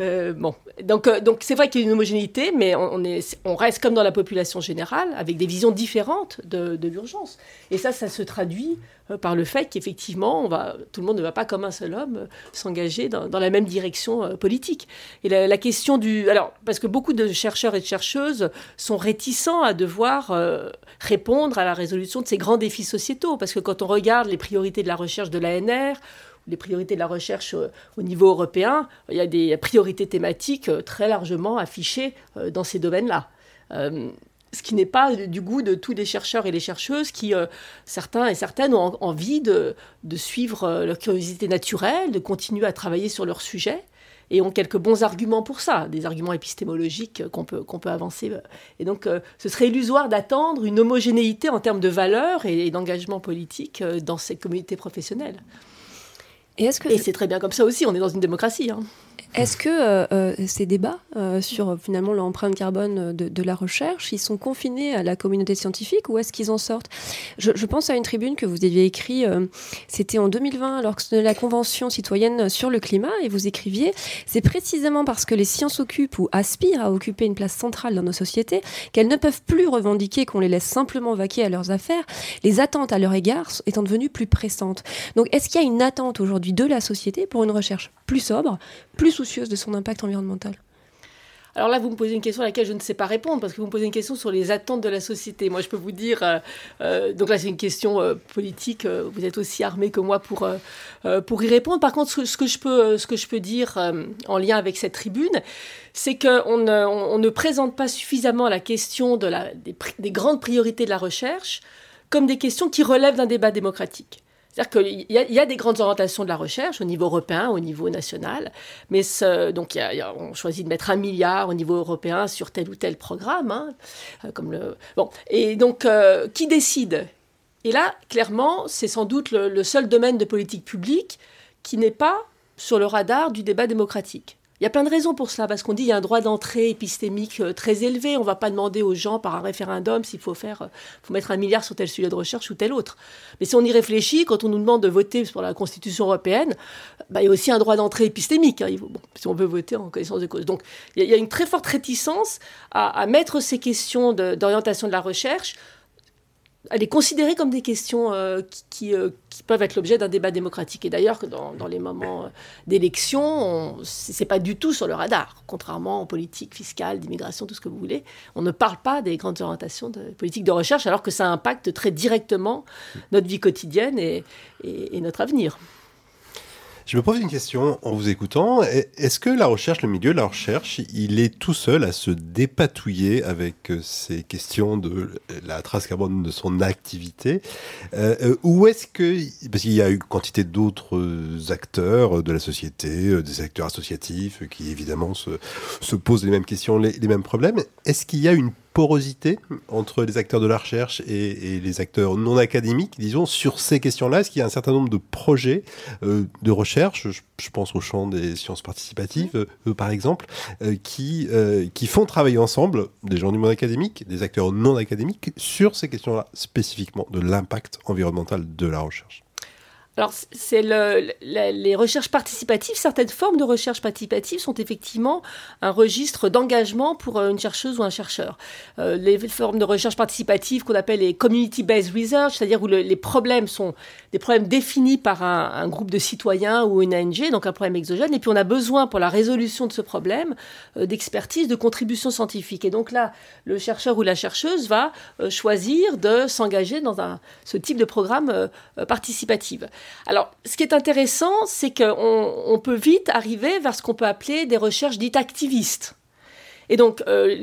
Donc c'est vrai qu'il y a une homogénéité, mais on reste comme dans la population générale, avec des visions différentes de l'urgence. Et ça se traduit par le fait qu'effectivement, tout le monde ne va pas comme un seul homme s'engager dans la même direction politique. Et la question parce que beaucoup de chercheurs et de chercheuses sont réticents à devoir répondre à la résolution de ces grands défis sociétaux, parce que quand on regarde les priorités de la recherche de l'ANR, les priorités de la recherche au niveau européen, il y a des priorités thématiques très largement affichées dans ces domaines-là. Ce qui n'est pas du goût de tous les chercheurs et les chercheuses qui, certains et certaines, ont envie de suivre leur curiosité naturelle, de continuer à travailler sur leur sujet, et ont quelques bons arguments pour ça, des arguments épistémologiques qu'on peut avancer. Et donc, ce serait illusoire d'attendre une homogénéité en termes de valeurs et d'engagement politique dans cette communauté professionnelle. Et c'est très bien comme ça aussi, on est dans une démocratie. Est-ce que ces débats sur finalement l'empreinte carbone de la recherche, ils sont confinés à la communauté scientifique ou est-ce qu'ils en sortent ? Je pense à une tribune que vous aviez écrite, c'était en 2020 lors de la Convention citoyenne sur le climat, et vous écriviez « C'est précisément parce que les sciences occupent ou aspirent à occuper une place centrale dans nos sociétés qu'elles ne peuvent plus revendiquer qu'on les laisse simplement vaquer à leurs affaires, les attentes à leur égard étant devenues plus pressantes. » Donc est-ce qu'il y a une attente aujourd'hui de la société pour une recherche plus sobre, plus soucieuse de son impact environnemental ? Alors là, vous me posez une question à laquelle je ne sais pas répondre, parce que vous me posez une question sur les attentes de la société. Moi, je peux vous dire... donc là, c'est une question politique. Vous êtes aussi armé que moi pour y répondre. Par contre, ce que je peux dire en lien avec cette tribune, c'est qu'on ne présente pas suffisamment la question des grandes priorités de la recherche comme des questions qui relèvent d'un débat démocratique. C'est-à-dire qu'il y a des grandes orientations de la recherche au niveau européen, au niveau national, mais donc on choisit de mettre 1 milliard au niveau européen sur tel ou tel programme, Et donc, qui décide ? Et là, clairement, c'est sans doute le seul domaine de politique publique qui n'est pas sur le radar du débat démocratique. Il y a plein de raisons pour cela, parce qu'on dit qu'il y a un droit d'entrée épistémique très élevé. On ne va pas demander aux gens par un référendum s'il faut mettre 1 milliard sur tel sujet de recherche ou tel autre. Mais si on y réfléchit, quand on nous demande de voter pour la Constitution européenne, il y a aussi un droit d'entrée épistémique, si on veut voter en connaissance de cause. Donc il y a une très forte réticence à mettre ces questions d'orientation de la recherche, à les considérer comme des questions qui peuvent être l'objet d'un débat démocratique. Et d'ailleurs, dans les moments d'élection, c'est pas du tout sur le radar, contrairement aux politiques fiscales, d'immigration, tout ce que vous voulez. On ne parle pas des grandes orientations de politique de recherche, alors que ça impacte très directement notre vie quotidienne et notre avenir. Je me pose une question en vous écoutant. Est-ce que la recherche, le milieu de la recherche, il est tout seul à se dépatouiller avec ces questions de la trace carbone de son activité, ou est-ce que, parce qu'il y a eu quantité d'autres acteurs de la société, des acteurs associatifs qui évidemment se posent les mêmes questions, les mêmes problèmes, est-ce qu'il y a une porosité entre les acteurs de la recherche et les acteurs non académiques, disons, sur ces questions-là? Est-ce qu'il y a un certain nombre de projets de recherche, je pense au champ des sciences participatives, par exemple, qui font travailler ensemble des gens du monde académique, des acteurs non académiques, sur ces questions-là, spécifiquement de l'impact environnemental de la recherche? Alors, c'est les recherches participatives. Certaines formes de recherche participative sont effectivement un registre d'engagement pour une chercheuse ou un chercheur. Les formes de recherche participative qu'on appelle les community-based research, c'est-à-dire où les problèmes sont des problèmes définis par un groupe de citoyens ou une ONG, donc un problème exogène, et puis on a besoin pour la résolution de ce problème d'expertise, de contribution scientifique. Et donc là, le chercheur ou la chercheuse va choisir de s'engager dans ce type de programme participatif. Alors, ce qui est intéressant, c'est qu'on peut vite arriver vers ce qu'on peut appeler des recherches dites activistes. Et donc,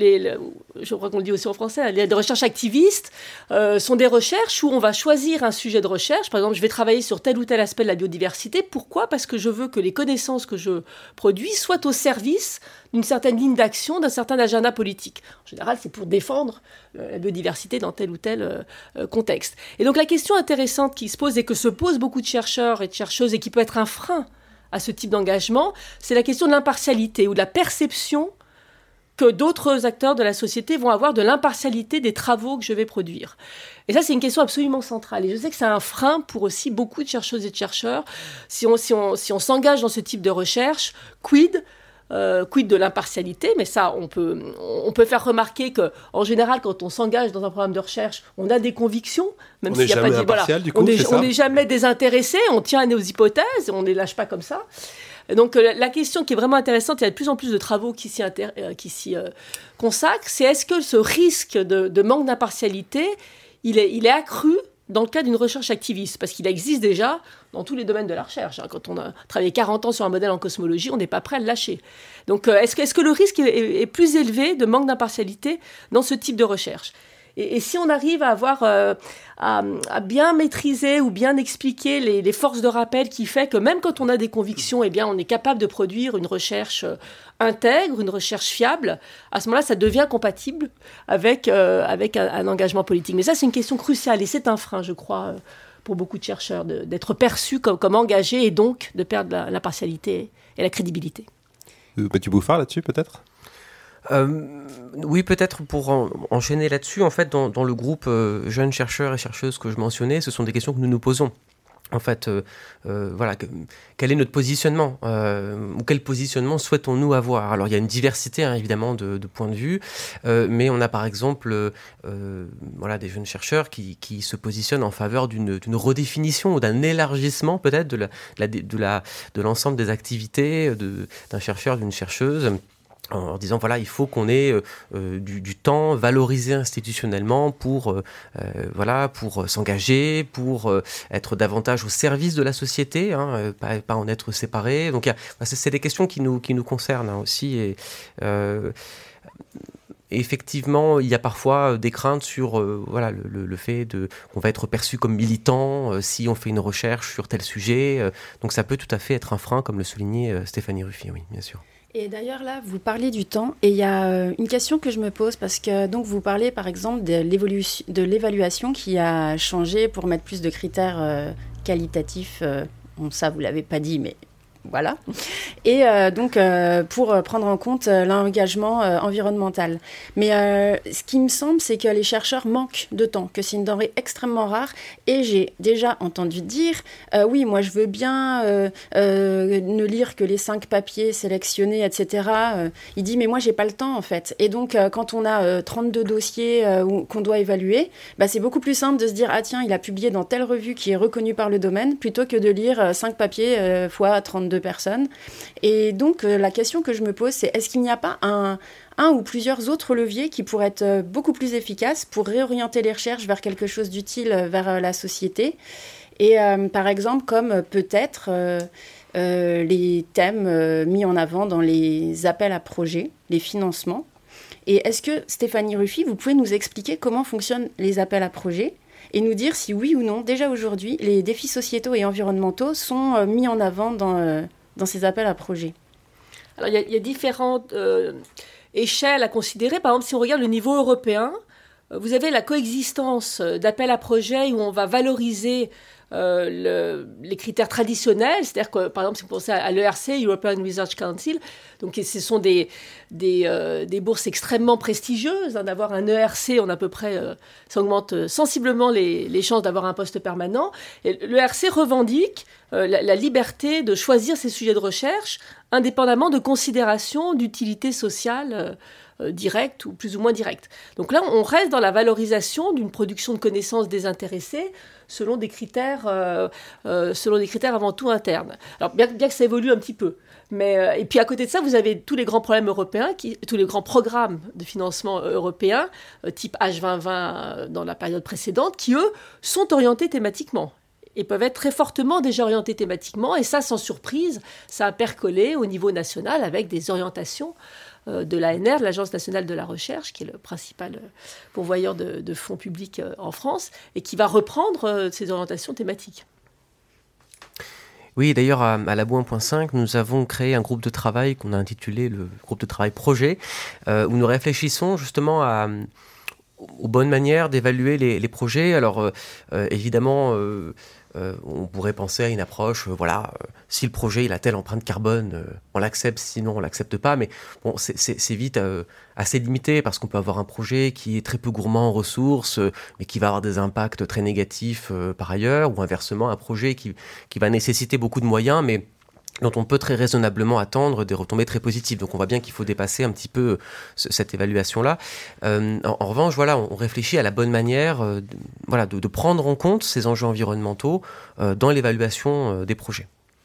je crois qu'on le dit aussi en français, les recherches activistes sont des recherches où on va choisir un sujet de recherche. Par exemple, je vais travailler sur tel ou tel aspect de la biodiversité. Pourquoi ? Parce que je veux que les connaissances que je produis soient au service d'une certaine ligne d'action, d'un certain agenda politique. En général, c'est pour défendre la biodiversité dans tel ou tel contexte. Et donc, la question intéressante qui se pose et que se posent beaucoup de chercheurs et de chercheuses et qui peut être un frein à ce type d'engagement, c'est la question de l'impartialité ou de la perception que d'autres acteurs de la société vont avoir de l'impartialité des travaux que je vais produire. Et ça, c'est une question absolument centrale. Et je sais que c'est un frein pour aussi beaucoup de chercheuses et de chercheurs. Si on s'engage dans ce type de recherche, quid de l'impartialité, mais ça, on peut faire remarquer qu'en général, quand on s'engage dans un programme de recherche, on a des convictions, même s'il n'y a pas de... Voilà, on n'est jamais désintéressé, on tient à nos hypothèses, on ne les lâche pas comme ça. Donc la question qui est vraiment intéressante, il y a de plus en plus de travaux qui s'y consacrent, c'est est-ce que ce risque de manque d'impartialité, il est accru dans le cas d'une recherche activiste, parce qu'il existe déjà dans tous les domaines de la recherche. Quand on a travaillé 40 ans sur un modèle en cosmologie, on n'est pas prêt à le lâcher. Donc est-ce que le risque est plus élevé de manque d'impartialité dans ce type de recherche ? Et si on arrive à avoir à bien maîtriser ou bien expliquer les forces de rappel qui fait que même quand on a des convictions, eh bien, on est capable de produire une recherche intègre, une recherche fiable, à ce moment-là, ça devient compatible avec un engagement politique. Mais ça, c'est une question cruciale et c'est un frein, je crois, pour beaucoup de chercheurs, d'être perçus comme engagés et donc de perdre l'impartialité et la crédibilité. Mathieu Bouffard, là-dessus, peut-être ? Oui, peut-être pour enchaîner là-dessus, en fait, dans le groupe jeunes chercheurs et chercheuses que je mentionnais, ce sont des questions que nous nous posons. En fait, voilà, quel est notre positionnement ou quel positionnement souhaitons-nous avoir ? Alors, il y a une diversité, hein, évidemment, de points de vue, mais on a par exemple voilà, des jeunes chercheurs qui se positionnent en faveur d'une redéfinition ou d'un élargissement peut-être de l'ensemble des activités d'un chercheur, d'une chercheuse, en disant voilà, il faut qu'on ait du temps valorisé institutionnellement pour s'engager, pour être davantage au service de la société, hein, pas en être séparé. Donc c'est des questions qui nous concernent, hein, aussi. effectivement, il y a parfois des craintes sur le fait qu'on va être perçu comme militant si on fait une recherche sur tel sujet. Donc ça peut tout à fait être un frein, comme le soulignait Stéphanie Ruffy, oui, bien sûr. Et d'ailleurs, là, vous parlez du temps, et il y a une question que je me pose, parce que donc, vous parlez, par exemple, de l'évaluation qui a changé pour mettre plus de critères qualitatifs. Ça, vous ne l'avez pas dit, mais voilà. Et donc, pour prendre en compte l'engagement environnemental. Mais ce qui me semble, c'est que les chercheurs manquent de temps, que c'est une denrée extrêmement rare. Et j'ai déjà entendu dire, oui, moi, je veux bien ne lire que les 5 papiers sélectionnés, etc. Il dit, mais moi, j'ai pas le temps, en fait. Et donc, quand on a 32 dossiers qu'on doit évaluer, c'est beaucoup plus simple de se dire, ah tiens, il a publié dans telle revue qui est reconnue par le domaine, plutôt que de lire 5 papiers fois 32 personnes. Et donc, la question que je me pose, c'est est-ce qu'il n'y a pas un ou plusieurs autres leviers qui pourraient être beaucoup plus efficaces pour réorienter les recherches vers quelque chose d'utile vers la société ? Et par exemple, comme peut-être les thèmes mis en avant dans les appels à projets, les financements. Et est-ce que, Stéphanie Ruffy, vous pouvez nous expliquer comment fonctionnent les appels à projets ? Et nous dire si oui ou non, déjà aujourd'hui, les défis sociétaux et environnementaux sont mis en avant dans ces appels à projets. Alors, il y a différentes échelles à considérer. Par exemple, si on regarde le niveau européen, vous avez la coexistence d'appels à projets où on va valoriser les critères traditionnels, c'est-à-dire que, par exemple, si vous pensez à l'ERC, European Research Council, donc ce sont des bourses extrêmement prestigieuses. D'avoir un ERC, on a à peu près, ça augmente sensiblement les chances d'avoir un poste permanent. Et l'ERC revendique la liberté de choisir ses sujets de recherche, indépendamment de considérations d'utilité sociale directe ou plus ou moins directe. Donc là, on reste dans la valorisation d'une production de connaissances désintéressée selon des critères avant tout internes. Alors bien que ça évolue un petit peu. Et puis à côté de ça, vous avez tous les grands problèmes européens, tous les grands programmes de financement européens, type H2020 dans la période précédente, qui eux sont orientés thématiquement. Et peuvent être très fortement déjà orientés thématiquement. Et ça, sans surprise, ça a percolé au niveau national avec des orientations de l'ANR, de l'Agence nationale de la recherche, qui est le principal pourvoyeur de fonds publics en France, et qui va reprendre ces orientations thématiques. Oui, d'ailleurs, à Labo 1.5, nous avons créé un groupe de travail qu'on a intitulé le groupe de travail projet, où nous réfléchissons justement aux bonnes manières d'évaluer les projets. Alors, évidemment, on pourrait penser à une approche, si le projet il a telle empreinte carbone, on l'accepte, sinon on l'accepte pas. Mais bon, c'est vite assez limité parce qu'on peut avoir un projet qui est très peu gourmand en ressources, mais qui va avoir des impacts très négatifs par ailleurs, ou inversement un projet qui va nécessiter beaucoup de moyens, mais dont on peut très raisonnablement attendre des retombées très positives. Donc on voit bien qu'il faut dépasser un petit peu cette évaluation-là. En revanche, on réfléchit à la bonne manière de prendre en compte ces enjeux environnementaux dans l'évaluation des projets.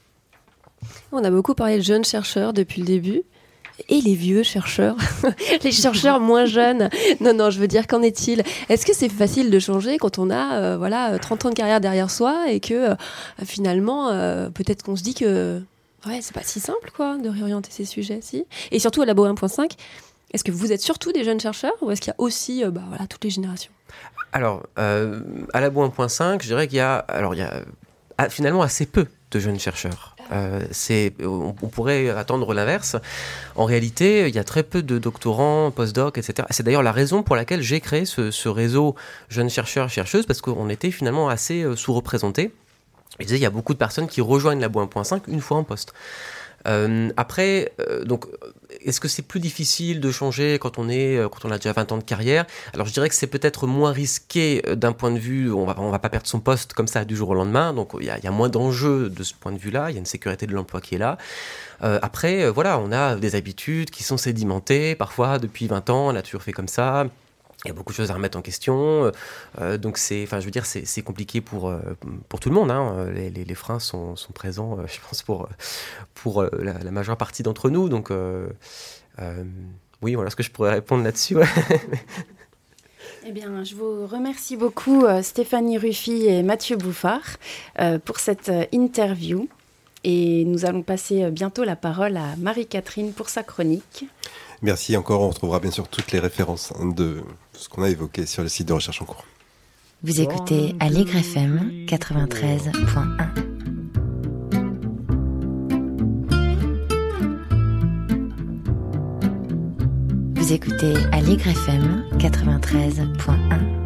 On a beaucoup parlé de jeunes chercheurs depuis le début. Et les vieux chercheurs, les chercheurs moins jeunes. Non, je veux dire, qu'en est-il ? Est-ce que c'est facile de changer quand on a 30 ans de carrière derrière soi et que finalement, peut-être qu'on se dit que c'est pas si simple de réorienter ces sujets, si. Et surtout à Labo 1.5, est-ce que vous êtes surtout des jeunes chercheurs ou est-ce qu'il y a aussi toutes les générations ? Alors, à Labo 1.5, je dirais qu'il y a finalement assez peu de jeunes chercheurs. On pourrait attendre l'inverse. En réalité, il y a très peu de doctorants, post-doc, etc. C'est d'ailleurs la raison pour laquelle j'ai créé ce réseau jeunes chercheurs, chercheuses, parce qu'on était finalement assez sous-représentés. Je disais, il y a beaucoup de personnes qui rejoignent Labo 1.5 une fois en poste. Après, donc, est-ce que c'est plus difficile de changer quand on a déjà 20 ans de carrière ? Alors, je dirais que c'est peut-être moins risqué d'un point de vue, on va pas perdre son poste comme ça du jour au lendemain, donc il y a moins d'enjeux de ce point de vue-là, il y a une sécurité de l'emploi qui est là. Après, on a des habitudes qui sont sédimentées, parfois depuis 20 ans, on a toujours fait comme ça. Il y a beaucoup de choses à remettre en question, donc c'est compliqué pour tout le monde. Les freins sont présents, je pense, pour la majeure partie d'entre nous. Donc, oui, voilà ce que je pourrais répondre là-dessus. Ouais. Eh bien, je vous remercie beaucoup, Stéphanie Ruffy et Mathieu Bouffard, pour cette interview. Et nous allons passer bientôt la parole à Marie-Catherine pour sa chronique. Merci encore, on retrouvera bien sûr toutes les références de ce qu'on a évoqué sur le site de Recherche en cours. Vous écoutez Allegre FM 93.1. Vous écoutez Allegre FM 93.1.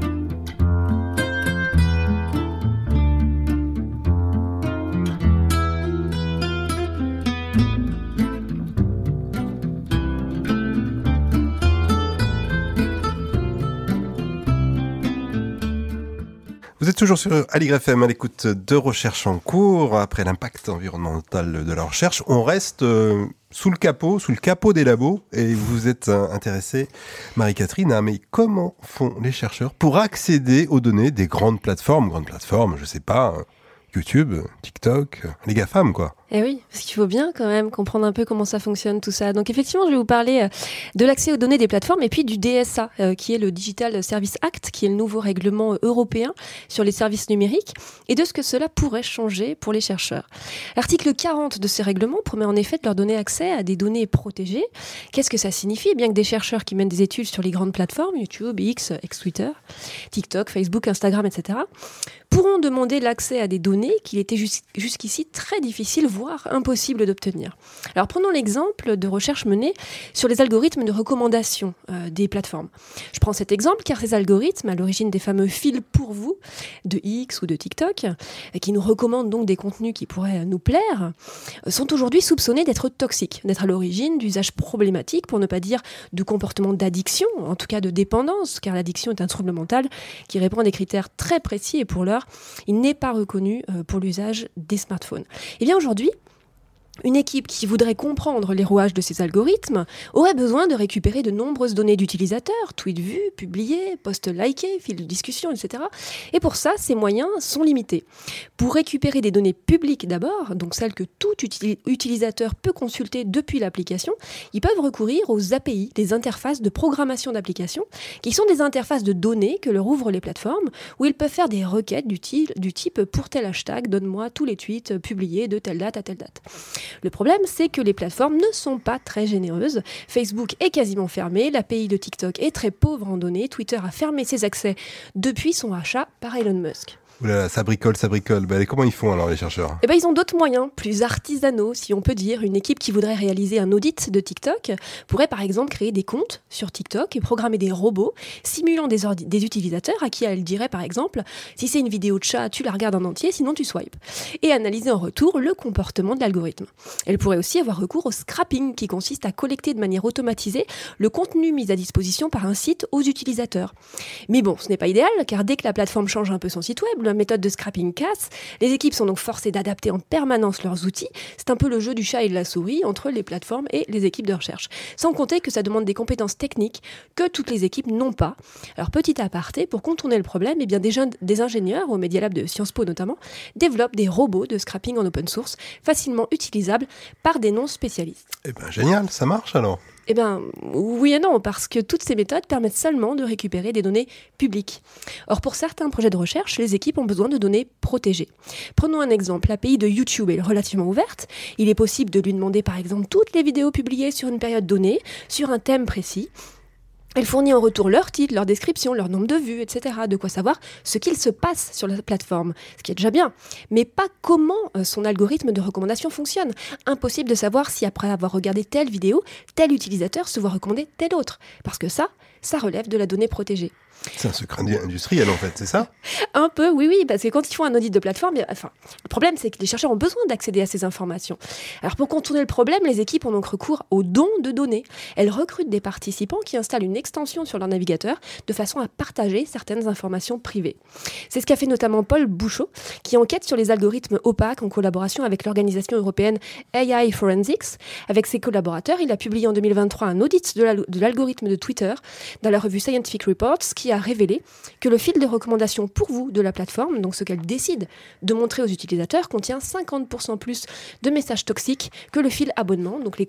Vous êtes toujours sur Allegre FM à l'écoute de Recherche en cours. Après l'impact environnemental de la recherche, on reste sous le capot des labos. Et vous êtes intéressée, Marie-Catherine, mais comment font les chercheurs pour accéder aux données des grandes plateformes, je sais pas, YouTube, TikTok, les GAFAM, quoi. Eh oui, parce qu'il faut bien quand même comprendre un peu comment ça fonctionne tout ça. Donc effectivement, je vais vous parler de l'accès aux données des plateformes et puis du DSA, qui est le Digital Services Act, qui est le nouveau règlement européen sur les services numériques, et de ce que cela pourrait changer pour les chercheurs. L'article 40 de ces règlements promet en effet de leur donner accès à des données protégées. Qu'est-ce que ça signifie ? Eh bien que des chercheurs qui mènent des études sur les grandes plateformes, YouTube, X, ex-Twitter, TikTok, Facebook, Instagram, etc., pourront demander l'accès à des données qu'il était jusqu'ici très difficile, voire impossible d'obtenir. Alors prenons l'exemple de recherches menées sur les algorithmes de recommandation des plateformes. Je prends cet exemple car ces algorithmes, à l'origine des fameux fils pour vous de X ou de TikTok, qui nous recommandent donc des contenus qui pourraient nous plaire, sont aujourd'hui soupçonnés d'être toxiques, d'être à l'origine d'usages problématiques, pour ne pas dire de comportements d'addiction, en tout cas de dépendance, car l'addiction est un trouble mental qui répond à des critères très précis et pour l'heure, il n'est pas reconnu pour l'usage des smartphones. Et bien aujourd'hui, une équipe qui voudrait comprendre les rouages de ces algorithmes aurait besoin de récupérer de nombreuses données d'utilisateurs, tweets vus, publiés, posts likés, fils de discussion, etc. Et pour ça, ces moyens sont limités. Pour récupérer des données publiques d'abord, donc celles que tout utilisateur peut consulter depuis l'application, ils peuvent recourir aux API, des interfaces de programmation d'application, qui sont des interfaces de données que leur ouvrent les plateformes, où ils peuvent faire des requêtes du type pour tel hashtag, donne-moi tous les tweets publiés de telle date à telle date. Le problème, c'est que les plateformes ne sont pas très généreuses. Facebook est quasiment fermé, l'API de TikTok est très pauvre en données, Twitter a fermé ses accès depuis son rachat par Elon Musk. Oulala, ça bricole. Comment ils font alors les chercheurs ? Eh ben, ils ont d'autres moyens, plus artisanaux, si on peut dire. Une équipe qui voudrait réaliser un audit de TikTok pourrait par exemple créer des comptes sur TikTok et programmer des robots simulant des utilisateurs à qui elle dirait par exemple si c'est une vidéo de chat, tu la regardes en entier, sinon tu swipes. Et analyser en retour le comportement de l'algorithme. Elle pourrait aussi avoir recours au scrapping qui consiste à collecter de manière automatisée le contenu mis à disposition par un site aux utilisateurs. Mais bon, ce n'est pas idéal car dès que la plateforme change un peu son site web, la méthode de scrapping casse. Les équipes sont donc forcées d'adapter en permanence leurs outils. C'est un peu le jeu du chat et de la souris entre les plateformes et les équipes de recherche. Sans compter que ça demande des compétences techniques que toutes les équipes n'ont pas. Alors petit aparté, pour contourner le problème, eh bien des ingénieurs, au Media Lab de Sciences Po notamment, développent des robots de scrapping en open source facilement utilisables par des non-spécialistes. Eh ben génial, ça marche alors ? Eh bien, oui et non, parce que toutes ces méthodes permettent seulement de récupérer des données publiques. Or, pour certains projets de recherche, les équipes ont besoin de données protégées. Prenons un exemple, l'API de YouTube est relativement ouverte. Il est possible de lui demander, par exemple, toutes les vidéos publiées sur une période donnée, sur un thème précis. Elle fournit en retour leur titre, leur description, leur nombre de vues, etc. De quoi savoir ce qu'il se passe sur la plateforme, ce qui est déjà bien. Mais pas comment son algorithme de recommandation fonctionne. Impossible de savoir si après avoir regardé telle vidéo, tel utilisateur se voit recommander tel autre. Parce que ça relève de la donnée protégée. C'est un secret industriel en fait, c'est ça ? Un peu, oui, parce que quand ils font un audit de plateforme, le problème c'est que les chercheurs ont besoin d'accéder à ces informations. Alors pour contourner le problème, les équipes ont donc recours aux dons de données. Elles recrutent des participants qui installent une extension sur leur navigateur de façon à partager certaines informations privées. C'est ce qu'a fait notamment Paul Bouchot, qui enquête sur les algorithmes opaques en collaboration avec l'organisation européenne AI Forensics. Avec ses collaborateurs, il a publié en 2023 un audit de l'algorithme de Twitter dans la revue Scientific Reports qui a révélé que le fil de recommandation pour vous de la plateforme, donc ce qu'elle décide de montrer aux utilisateurs, contient 50% plus de messages toxiques que le fil abonnement, donc les comptes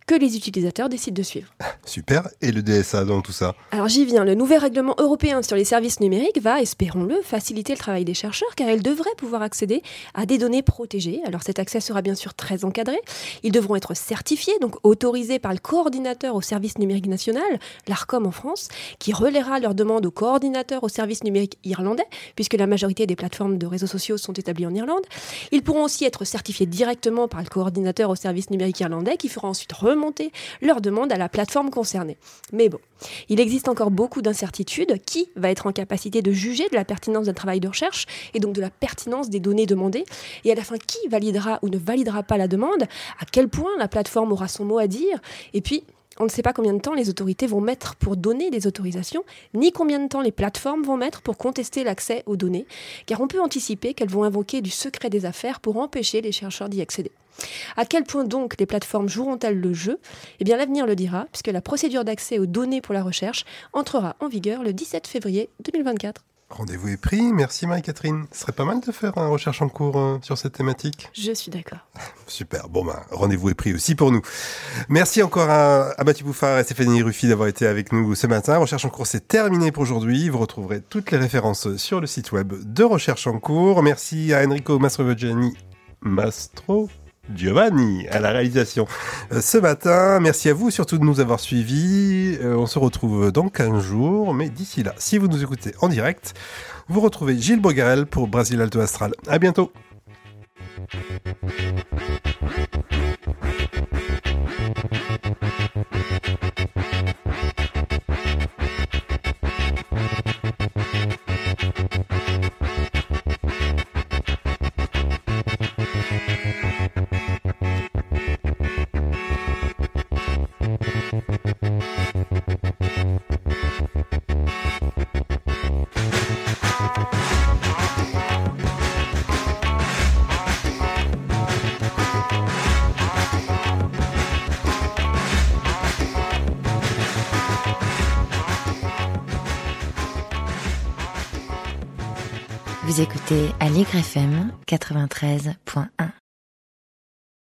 que les utilisateurs décident de suivre. Super. Et le DSA dans tout ça? Alors j'y viens, le nouvel règlement européen sur les services numériques va, espérons-le, faciliter le travail des chercheurs car ils devraient pouvoir accéder à des données protégées. Alors cet accès sera bien sûr très encadré. Ils devront être certifiés, donc autorisés par le coordinateur au service numérique national, l'ARCOM en France, qui relaiera leurs demandes au coordinateur au service numérique irlandais, puisque la majorité des plateformes de réseaux sociaux sont établies en Irlande. Ils pourront aussi être certifiés directement par le coordinateur au service numérique irlandais, qui fera ensuite remonter leurs demandes à la plateforme concernée. Mais bon, il existe encore beaucoup d'incertitudes. Qui va être en capacité de juger de la pertinence d'un travail de recherche et donc de la pertinence des données demandées? Et à la fin, qui validera ou ne validera pas la demande? À quel point la plateforme aura son mot à dire? Et puis, on ne sait pas combien de temps les autorités vont mettre pour donner des autorisations, ni combien de temps les plateformes vont mettre pour contester l'accès aux données, car on peut anticiper qu'elles vont invoquer du secret des affaires pour empêcher les chercheurs d'y accéder. À quel point donc les plateformes joueront-elles le jeu? Eh bien l'avenir le dira, puisque la procédure d'accès aux données pour la recherche entrera en vigueur le 17 février 2024. Rendez-vous est pris. Merci Marie-Catherine. Ce serait pas mal de faire un recherche en cours sur cette thématique. Je suis d'accord. Super. Bon rendez-vous est pris aussi pour nous. Merci encore à Mathieu Bouffard et Stéphanie Ruffy d'avoir été avec nous ce matin. Recherche en cours, c'est terminé pour aujourd'hui. Vous retrouverez toutes les références sur le site web de Recherche en cours. Merci à Enrico Giovanni à la réalisation ce matin. Merci à vous surtout de nous avoir suivis. On se retrouve dans 15 jours, mais d'ici là, si vous nous écoutez en direct, vous retrouvez Gilles Bogarel pour Brasil Alto Astral. À bientôt. Vous écoutez Allegre FM 93.1.